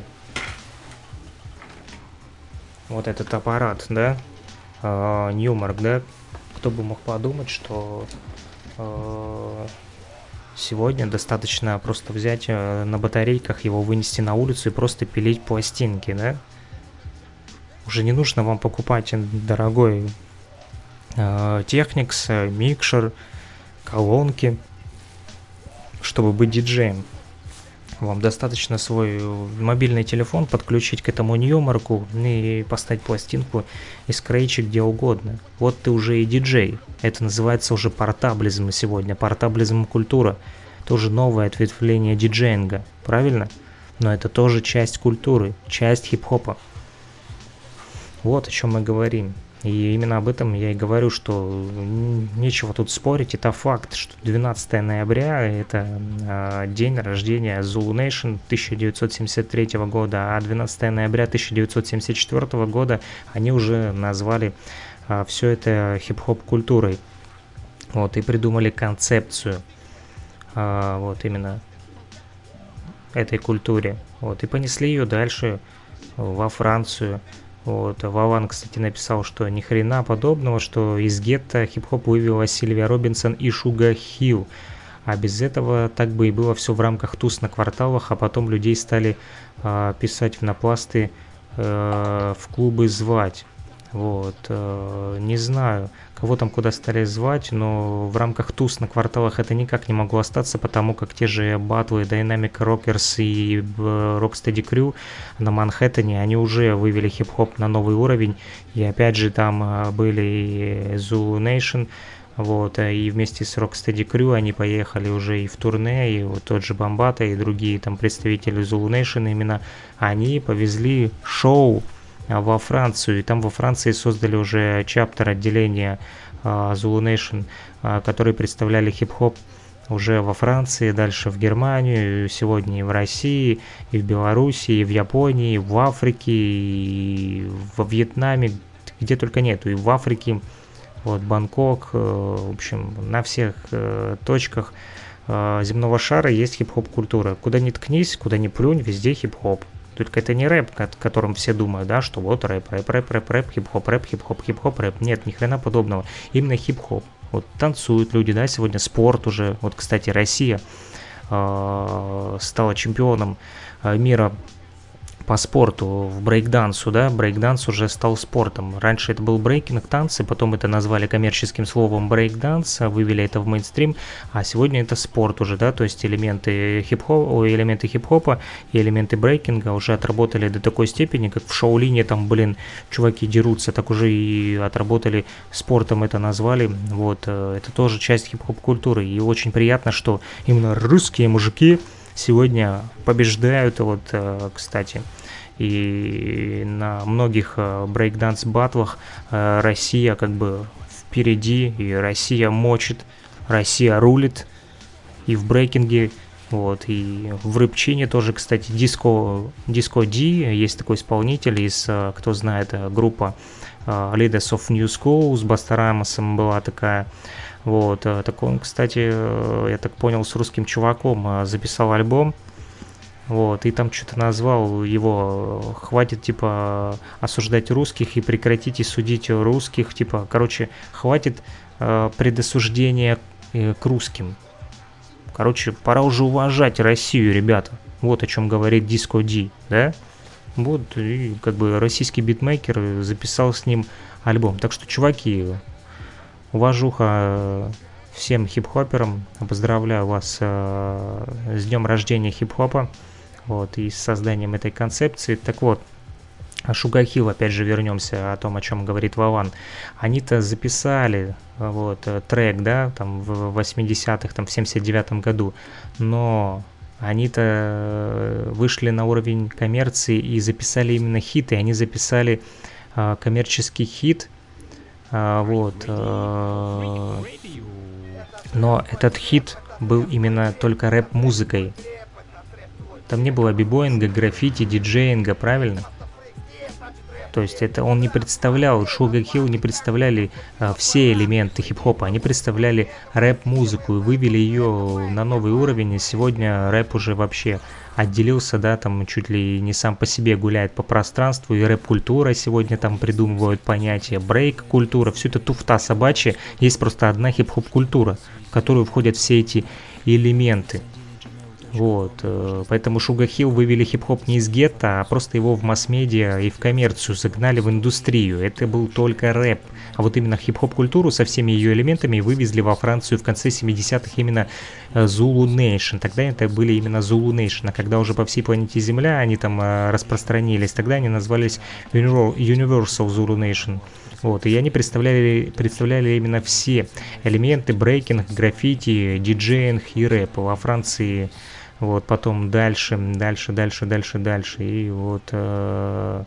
вот этот аппарат, да, э, Ньюмарк, да, кто бы мог подумать, что э, сегодня достаточно просто взять э, на батарейках его вынести на улицу и просто пилить пластинки, да. Уже не нужно вам покупать дорогой э, Техникс, микшер, колонки, чтобы быть диджеем. Вам достаточно свой мобильный телефон подключить к этому Ньюмарку и поставить пластинку и скретчить где угодно. Вот ты уже и диджей. Это называется уже портаблизм сегодня. Портаблизм культура. Тоже новое ответвление диджеинга. Правильно? Но это тоже часть культуры, часть хип-хопа. Вот о чем мы говорим. И именно об этом я и говорю, что нечего тут спорить, это факт, что двенадцатое ноября это э, день рождения Zulu Nation тысяча девятьсот семьдесят третьего года, а двенадцатое ноября тысяча девятьсот семьдесят четвёртого года они уже назвали э, все это хип-хоп культурой, вот, и придумали концепцию э, вот именно этой культуре, вот, и понесли ее дальше во Францию. Вот. Вован, кстати, написал, что ни хрена подобного, что из гетто хип-хоп вывела Сильвия Робинсон и Шуга Хилл. А без этого так бы и было все в рамках туз на кварталах, а потом людей стали э, писать в напласты, э, в клубы звать. Вот. Э, не знаю, кого там куда стали звать, но в рамках туз на кварталах это никак не могло остаться, потому как те же батлы Dynamic Rockers и Rocksteady Crew на Манхэттене, они уже вывели хип-хоп на новый уровень, и опять же там были и Zulu Nation, вот, и вместе с Rocksteady Crew они поехали уже и в турне, и вот тот же Бомбата, и другие там представители Zulu Nation, именно они повезли шоу во Францию, и там во Франции создали уже чаптер отделения uh, Zulu Nation, uh, которые представляли хип-хоп уже во Франции, дальше в Германию, сегодня и в России, и в Беларуси, и в Японии, и в Африке, и во Вьетнаме, где только нету, и в Африке, вот Бангкок, uh, в общем, на всех uh, точках uh, земного шара есть хип-хоп культура. Куда ни ткнись, куда ни плюнь, везде хип-хоп. Только это не рэп, о котором все думают, да, что вот рэп, рэп, рэп, рэп, рэп, хип-хоп, рэп, хип-хоп, хип-хоп, рэп. Нет, ни хрена подобного. Именно хип-хоп. Вот танцуют люди, да, сегодня спорт уже. Вот, кстати, Россия э, стала чемпионом э, мира по спорту, в брейкдансу, да, брейкданс уже стал спортом. Раньше это был брейкинг, танцы, потом это назвали коммерческим словом брейкданс, вывели это в мейнстрим, а сегодня это спорт уже, да, то есть элементы хип-хопа, элементы хип-хопа и элементы брейкинга уже отработали до такой степени, как в Шаолине, там, блин, чуваки дерутся, так уже и отработали спортом это назвали, вот, это тоже часть хип-хоп культуры, и очень приятно, что именно русские мужики сегодня побеждают, вот, кстати, и на многих брейкданс-баттлах Россия как бы впереди, и Россия мочит, Россия рулит, и в брейкинге, вот, и в рэпчине тоже, кстати, Диско, Диско Ди, есть такой исполнитель из, кто знает, группа Leaders of New School, с Баста Рамосом была такая. Вот, так он, кстати, я так понял, с русским чуваком записал альбом, вот, и там что-то назвал его «Хватит, типа, осуждать русских и прекратите судить русских», типа, короче, хватит э, предосуждения э, к русским. Короче, пора уже уважать Россию, ребята. Вот о чем говорит Диско Ди, да? Вот, и как бы российский битмейкер записал с ним альбом. Так что, чуваки, уважуха всем хип-хоперам. Поздравляю вас э, с днем рождения хип-хопа. Вот, и с созданием этой концепции. Так вот, Sugar Hill, опять же, вернемся о том, о чем говорит Вован. Они-то записали вот, трек, да, там в восьмидесятых, там в семьдесят девятом году, но они-то вышли на уровень коммерции и записали именно хиты. Они записали э, коммерческий хит, э, вот, э, но этот хит был именно только рэп-музыкой. Там не было бибоинга, граффити, диджеинга, правильно? То есть это он не представлял, Sugar Hill не представляли а, все элементы хип-хопа, они представляли рэп-музыку и вывели ее на новый уровень, и сегодня рэп уже вообще отделился, да, там чуть ли не сам по себе гуляет по пространству, и рэп-культура сегодня там придумывают понятие, брейк-культура, все это туфта собачья, есть просто одна хип-хоп-культура, в которую входят все эти элементы. Вот, поэтому Sugar Hill вывели хип-хоп не из гетто, а просто его в масс-медиа и в коммерцию загнали в индустрию. Это был только рэп. А вот именно хип-хоп-культуру со всеми ее элементами вывезли во Францию в конце семидесятых именно Zulu Nation. Тогда это были именно Zulu Nation. А когда уже по всей планете Земля они там распространились, тогда они назвались Universal Zulu Nation. Вот, и они представляли, представляли именно все элементы брейкинг, граффити, диджеинг и рэп во Франции. Вот, потом дальше, дальше, дальше, дальше, дальше. И вот э,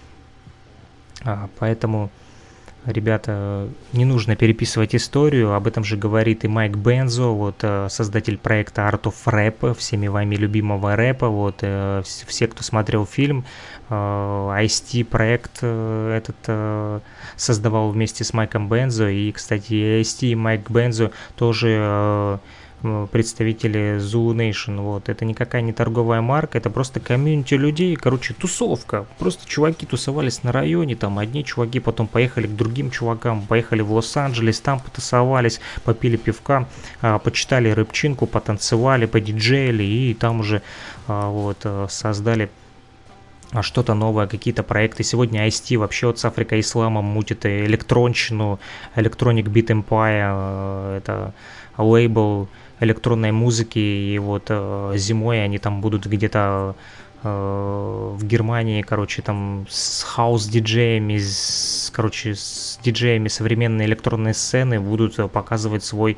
а, поэтому, ребята, не нужно переписывать историю. Об этом же говорит и Майк Бензо, вот, э, создатель проекта Art of Rap, всеми вами любимого рэпа. Вот, э, все, кто смотрел фильм, Ice-T проект э, этот э, создавал вместе с Майком Бензо. И, кстати, Ice-T и Майк Бензо тоже э, представители Zulu Nation. Вот. Это никакая не торговая марка, это просто комьюнити людей, короче, тусовка. Просто чуваки тусовались на районе, там одни чуваки потом поехали к другим чувакам, поехали в Лос-Анджелес, там потусовались, попили пивка, а, почитали рэпчинку, потанцевали, подиджеяли и там уже а, вот, создали что-то новое, какие-то проекты. Сегодня Ice-T вообще вот с Африкой Исламом мутит электронщину, Electronic Beat Empire, это лейбл электронной музыки, и вот э, зимой они там будут где-то э, в Германии, короче, там с хаус-диджеями, с, короче, с диджеями современной электронной сцены будут показывать свой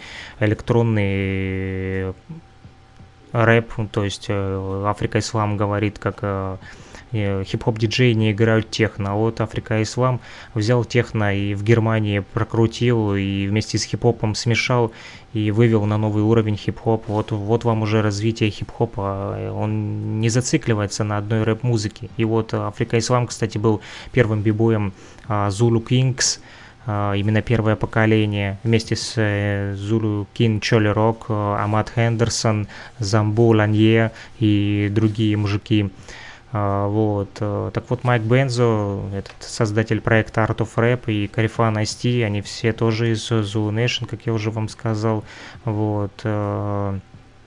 электронный рэп, то есть э, Африка Ислам говорит, как э, хип-хоп-диджеи не играют техно, а вот Африка Ислам взял техно и в Германии прокрутил, и вместе с хип-хопом смешал, и вывел на новый уровень хип-хоп. Вот, вот вам уже развитие хип-хопа, он не зацикливается на одной рэп-музыке. И вот Африка Ислам, кстати, был первым бибоем Zulu Kings, именно первое поколение, вместе с Zulu King, Чоли Рок, Амад Хендерсон, Замбу, Ланье и другие мужики. А, вот. э, Так вот, Майк Бензо, этот создатель проекта Art of Rap, и Карифан Ice-T, они все тоже из Zulu Nation, как я уже вам сказал. Вот. э,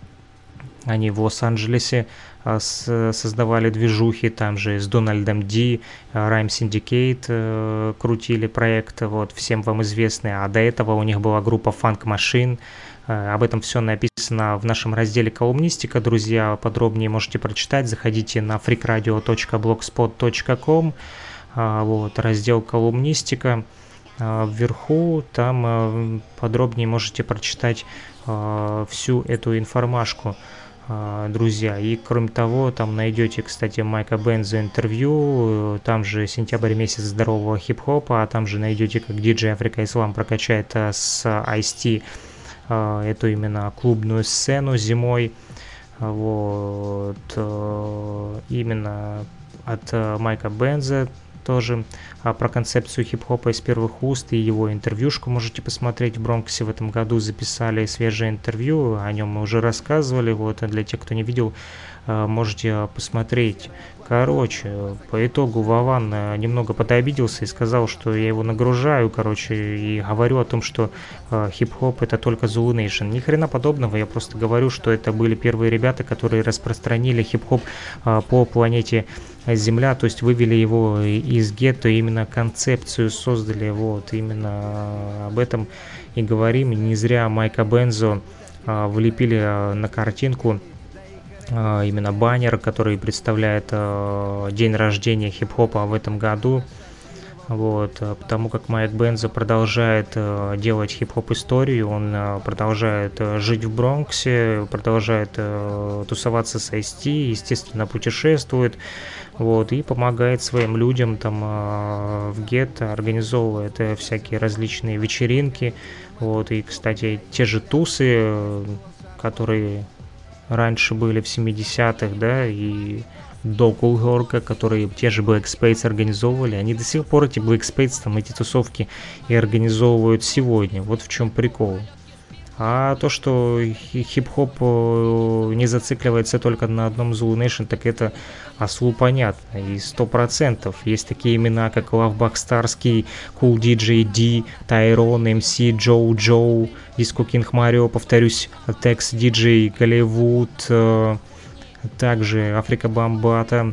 Они в Лос-Анджелесе а, с- создавали движухи, там же с Дональдом Ди, а, Rhyme Syndicate э, крутили проект, вот, всем вам известный. А до этого у них была группа Funk Machine. Э, Об этом все написано в нашем разделе «Колумнистика». Друзья, подробнее можете прочитать. Заходите на freakradio точка blogspot точка com, а, вот, раздел «Колумнистика». А, Вверху там э, подробнее можете прочитать а, всю эту информашку, а, друзья. И кроме того, там найдете, кстати, Майка Бензо интервью, э, там же сентябрь месяц здорового хип-хопа, а там же найдете, как диджей Африка Ислам прокачает а, с Ice-T а, эту именно клубную сцену зимой. Вот, э, именно от э, Майка Бенза тоже а, про концепцию хип-хопа из первых уст, и его интервьюшку можете посмотреть. В Бронксе в этом году записали свежее интервью, о нем мы уже рассказывали, вот, а для тех, кто не видел, а, можете а, посмотреть. Короче, по итогу Вован а, немного подобиделся и сказал, что я его нагружаю, короче, и говорю о том, что а, хип-хоп это только Zulu Nation. Ни хрена подобного, я просто говорю, что это были первые ребята, которые распространили хип-хоп а, по планете Земля, то есть вывели его из гетто, именно концепцию создали, вот, именно об этом и говорим. Не зря Майка Бензо а, влепили а, на картинку а, именно баннер, который представляет а, день рождения хип-хопа в этом году. Вот, а, потому как Майк Бензо продолжает э, делать хип-хоп историю, он э, продолжает э, жить в Бронксе, продолжает э, тусоваться с Ice-T, естественно, путешествует, вот, и помогает своим людям там э, в гетто, организовывает э, всякие различные вечеринки, вот, и, кстати, те же тусы, э, которые раньше были в семидесятых, да, и до Кулгорка, которые те же Black Spades организовывали, они до сих пор, эти Black Spades, там эти тусовки и организовывают сегодня. Вот в чем прикол. А то, что хип-хоп э, не зацикливается только на одном Zulu Nation, так это ослу понятно. И сто процентов есть такие имена, как Lovebug Starski, Cool ди джей D, Tyrone, эм си, Joe Joe, Disco King Mario, повторюсь, Tex ди джей, Голливуд, э, также Африка Бамбата,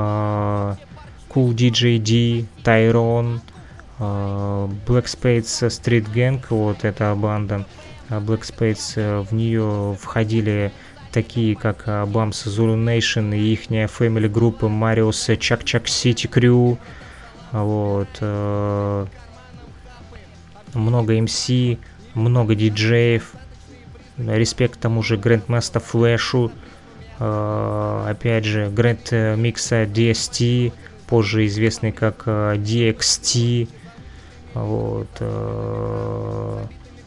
э, Cool ди джей D, Tyrone, э, Black Spades Street Gang, вот эта банда. Black Spades, в нее входили такие, как Bumps Zulu Nation и их family группы Marius Chuck Chuck City Crew, вот, э, много эм си, много диджеев, респект тому же Grandmaster Flash'у, э, опять же Grand Mix ди эс ти, позже известный как ди экс ти, вот, э,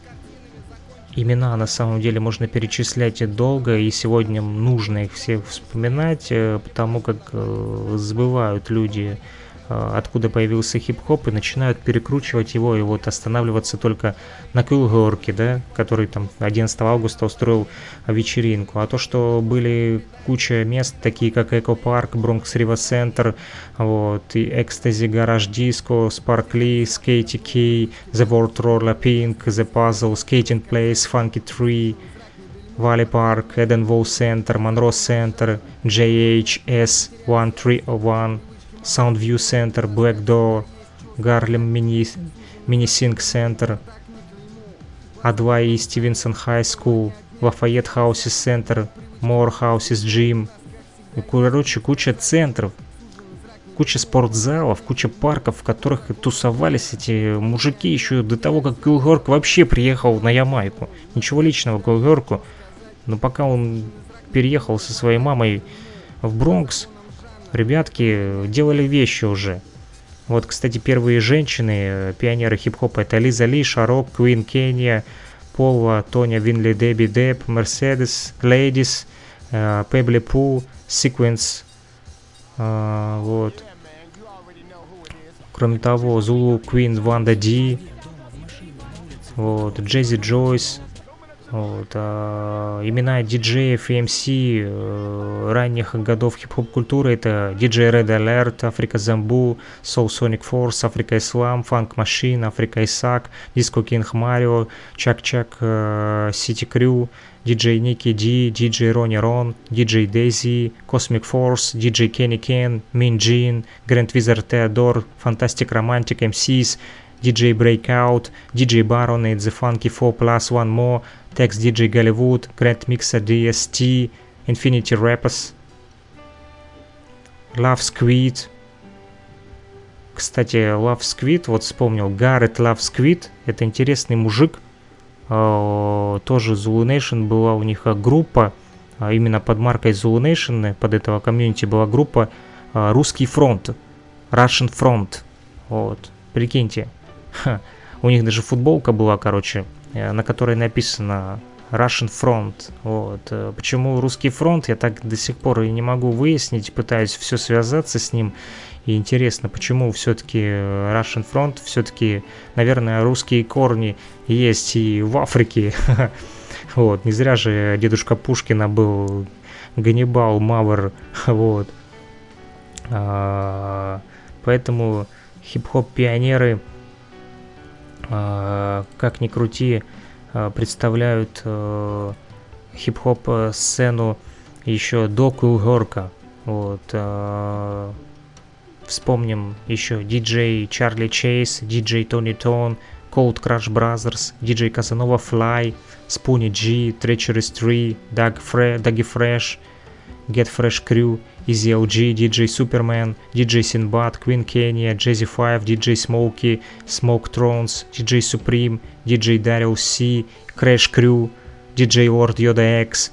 имена на самом деле можно перечислять долго, и сегодня нужно их всех вспоминать, потому как забывают люди, откуда появился хип-хоп, и начинают перекручивать его, и вот останавливаться только на Кулгорке, да, который там одиннадцатого августа устроил вечеринку. А то, что были куча мест, такие как Эко-парк, Бронкс Рива Центр, вот, и Экстази, Гараж Диско, Спаркли, Скейти Кей, The World Roller Pink, The Puzzle, Skating Place, Funky Tree, Вали Парк, Эден Воу Центр, Монро Центр, джей эйч эс тысяча триста один, Soundview Center, Black Door, Гарлем Мини-Синг Центр, а два и Стивенсон Хай Скул, Лафайет Хаусис Центр, Мор Хаусис Джим. Короче, куча центров, куча спортзалов, куча парков, в которых тусовались эти мужики еще до того, как Кулгорк вообще приехал на Ямайку. Ничего личного к Кулгорку, но пока он переехал со своей мамой в Бронкс, ребятки делали вещи уже. Вот, кстати, первые женщины, пионеры хип-хопа, это Лиза Ли, Шарок, Куин Кения, Полва, Тоня, Винли, Дебби, Деп, Мерседес, Лейдис, Пебли Пу, Секвенс. Вот. Кроме того, Зулу, Куин, Ванда Ди, вот, Джези Джойс, Вот, а, имена диджеев и эм си э, ранних годов хип-хоп культуры — это диджей Red Alert, Africa Zambu, Soul Sonic Force, Africa Islam, Funk Machine, Africa Isaac, Disco King Mario, Chuck Chuck, э, City Crew, диджей Nicky D, диджей Ronnie Ron, диджей Daisy, Cosmic Force, диджей Kenny Ken, Min Jin, Grand Wizard Theodore, Fantastic Romantic эм сис, диджей Breakout, диджей Baron и The Funky Four Plus One More, Tex диджей Голливуд, Grand Mixer ди эс ти, Infinity Rappers, Love Squid. Кстати, Love Squid, вот вспомнил, Garrett Love Squid, это интересный мужик, uh, тоже Zulu Nation была у них группа, uh, именно под маркой Zulu Nation, под этого комьюнити была группа uh, Русский фронт, Russian Front, вот, прикиньте. Ха. У них даже футболка была, короче, на которой написано Russian Front. Вот. Почему Русский фронт, я так до сих пор и не могу выяснить, пытаюсь все связаться с ним. И интересно, почему все-таки Russian Front, все-таки, наверное, русские корни есть и в Африке. Вот. Не зря же дедушка Пушкина был Ганнибал, Мавр. Вот. Поэтому хип-хоп-пионеры, как ни крути, представляют хип-хоп сцену еще до Кулгорка. Вот. Вспомним еще диджей Чарли Чейз, диджей Тони Тон, Cold Crush Brothers, диджей Казанова Флай, Spoonie G, Treacherous Tree, Doug Fre- Dougie Fresh, Get Fresh Crew, Easy эл джи, диджей Superman, диджей Sinbad, Queen Kenya, Jazzy Five, диджей Smokey, Smoke Thrones, диджей Supreme, диджей Daryl C, Crash Crew, диджей Lord Yoda X,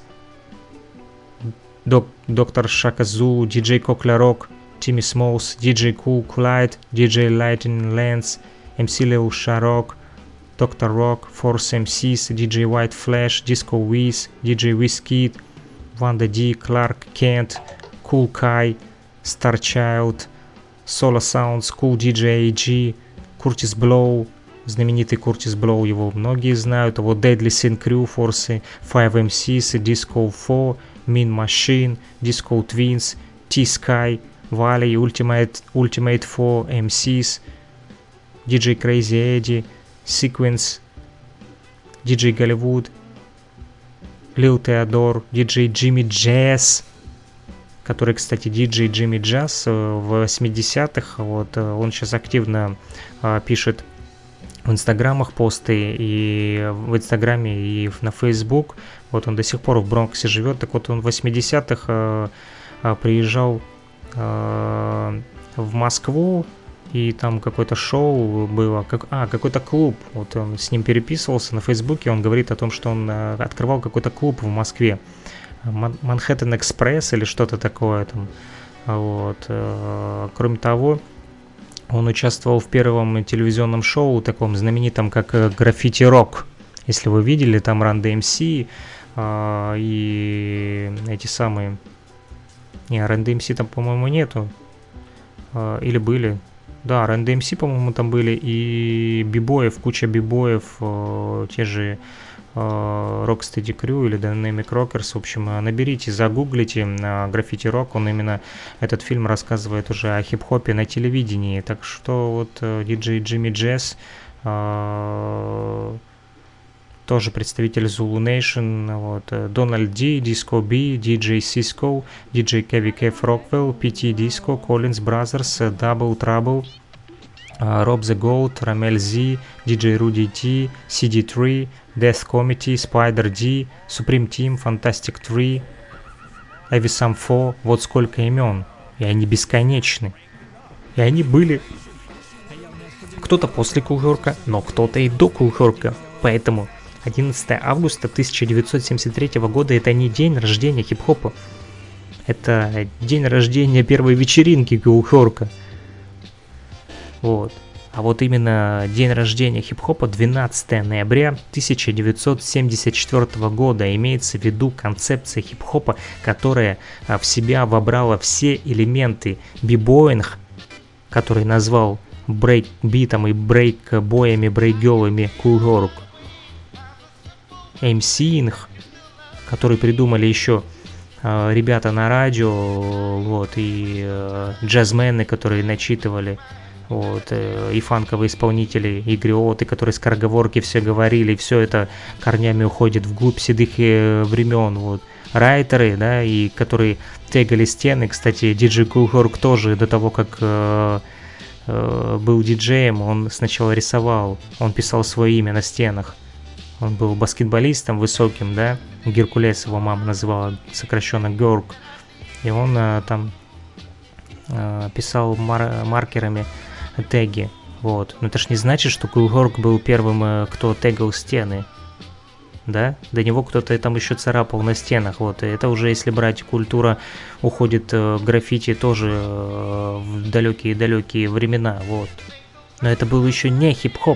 Доктор Shaka Zulu, диджей Kokla Rock, Timmy Smalls, диджей Cool Clyde, диджей Lightning Lance, эм си Lil Sharok, доктор Rock, Force эм сис, диджей White Flash, Disco Wiz, диджей Wizkid, Wanda D, Clark Kent, Cool Kai, Starchild, Solo Sounds, Cool ди джей эй джи, Curtis Blow, знаменитый Curtis Blow, его многие знают, а вот Deadly Sin Crew, Force Five эм сис, Disco Four, Mean Machine, Disco Twins, T-Sky, Valley, Ultimate, Ultimate Four эм сис, диджей Crazy Eddie, Sequence, диджей Голливуд, Lil Theodore, диджей Jimmy Jazz, который, кстати, диджей Jimmy Jazz в восьмидесятых, вот, он сейчас активно а, пишет в инстаграмах посты, и в инстаграме, и на фейсбук, вот он до сих пор в Бронксе живет, так вот он в восьмидесятых а, а, приезжал а, в Москву, и там какое-то шоу было, как, а, какой-то клуб, вот он с ним переписывался на фейсбуке, он говорит о том, что он а, открывал какой-то клуб в Москве, Манхэттен Экспресс или что-то такое там. Вот. Кроме того, он участвовал в первом телевизионном шоу, таком знаменитом, как Граффити Рок. Если вы видели, там Run ди эм си э, и эти самые... Не, Run ди эм си там, по-моему, нету. Э, или были. Да, Run ди эм си, по-моему, там были. И бибоев, куча бибоев, э, те же... Rocksteady Crew или Dynamic Rockers, в общем, наберите, загуглите Граффити Рок, он именно, этот фильм рассказывает уже о хип-хопе на телевидении, так что вот диджей Джимми Джесс, тоже представитель Zulu Nation, вот, Дональд Ди, Disco B, диджей Cisco, диджей Кеви Кеф Роквелл, пи ти Disco, Collins Brothers, Double Trouble, Rob the Goat, Рамель Z, диджей Руди T, си ди три, Death Committee, Spider D, Supreme Team, Fantastic три, Avisam четыре, вот сколько имен, и они бесконечны. И они были кто-то после Кулгорка, но кто-то и до Кулгорка. Поэтому одиннадцатое августа тысяча девятьсот семьдесят третьего года это не день рождения хип-хопа, это день рождения первой вечеринки Кулгорка. Вот. А вот именно день рождения хип-хопа двенадцатое ноября тысяча девятьсот семьдесят четвёртого года, имеется в виду концепция хип-хопа, которая в себя вобрала все элементы бибоинг, который назвал брейк-битом и брейк-боями, брейк-гелами Кулгорк. эмсиинг, который придумали еще э, ребята на радио, вот, и э, джазмены, которые начитывали, вот, э, и фанковые исполнители, и гриоты, которые скороговорки все говорили, все это корнями уходит вглубь седых э, времен, вот. Райтеры, да, и которые тегали стены. Кстати, диджей Kool Herc тоже до того, как э, э, был диджеем, он сначала рисовал, он писал свое имя на стенах. Он был баскетболистом высоким, да, Геркулес его мама называла, сокращенно Георг. И он э, там э, писал мар- маркерами теги, вот. Но это ж не значит, что Kool Herc был первым, э, кто тегал стены. Да, до него кто-то там еще царапал на стенах, вот, и это уже, если брать, культура уходит э, граффити тоже э, в далекие-далекие времена, вот, но это был еще не хип-хоп,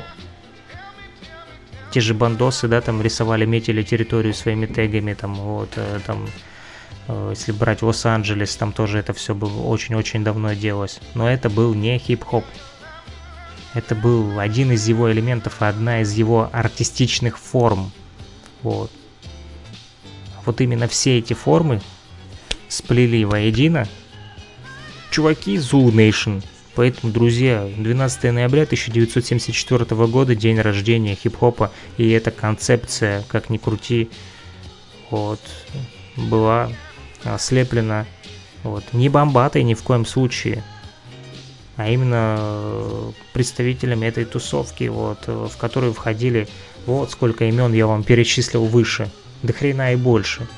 те же бандосы, да, там рисовали, метили территорию своими тегами, там, вот, э, там, э, если брать Лос-Анджелес, там тоже это все было очень-очень давно делалось, но это был не хип-хоп. Это был один из его элементов, одна из его артистичных форм. Вот. Вот именно все эти формы сплели воедино чуваки Zulu Nation. Поэтому, друзья, двенадцатого ноября тысяча девятьсот семьдесят четвёртого года, день рождения хип-хопа, и эта концепция, как ни крути, вот, была слеплена вот, не бомбатой ни в коем случае, а именно представителями этой тусовки, вот, в которую входили, вот сколько имен я вам перечислил выше, до хрена и больше.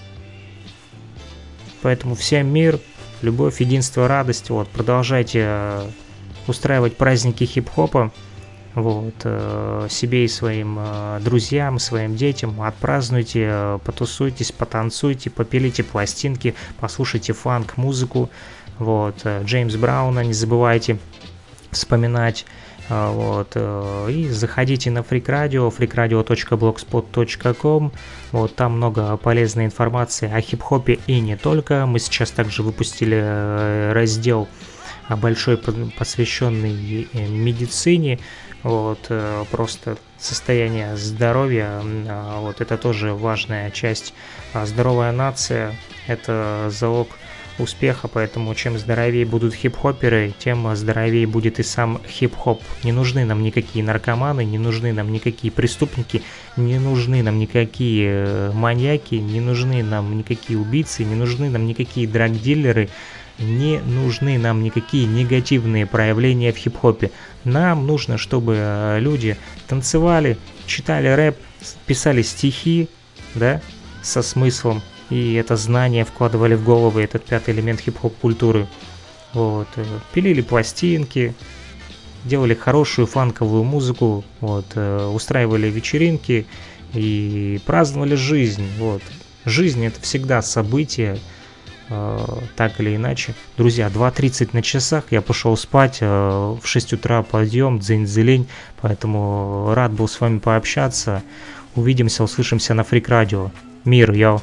Поэтому всем мир, любовь, единство, радость, вот, продолжайте устраивать праздники хип-хопа, вот, себе и своим друзьям, своим детям, отпразднуйте, потусуйтесь, потанцуйте, попилите пластинки, послушайте фанк-музыку. Вот, Джеймс Брауна не забывайте вспоминать, вот, и заходите на Freak Radio, фрик радио точка блогспот точка ком, вот, там много полезной информации о хип-хопе и не только. Мы сейчас также выпустили раздел большой, посвященный медицине, вот, просто состояние здоровья, вот, это тоже важная часть. Здоровая нация – это залог успеха, поэтому чем здоровее будут хип-хоперы, тем здоровее будет и сам хип-хоп. Не нужны нам никакие наркоманы, не нужны нам никакие преступники, не нужны нам никакие маньяки, не нужны нам никакие убийцы, не нужны нам никакие драг-дилеры, не нужны нам никакие негативные проявления в хип-хопе. Нам нужно, чтобы люди танцевали, читали рэп, писали стихи, да, со смыслом, и это знание вкладывали в головы, этот пятый элемент хип-хоп культуры. Вот. Пилили пластинки, делали хорошую фанковую музыку, вот. Устраивали вечеринки и праздновали жизнь. Вот. Жизнь — это всегда событие, так или иначе. Друзья, два тридцать на часах, я пошел спать, в шесть утра подъем, дзынь-зелень, поэтому рад был с вами пообщаться. Увидимся, услышимся на Freak Radio. Мир, йо!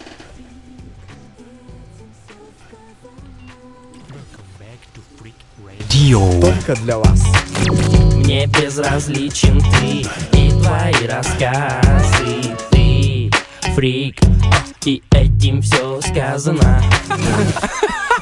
Только для вас. Мне безразличен ты и твои рассказы. Ты фрик, и этим все сказано.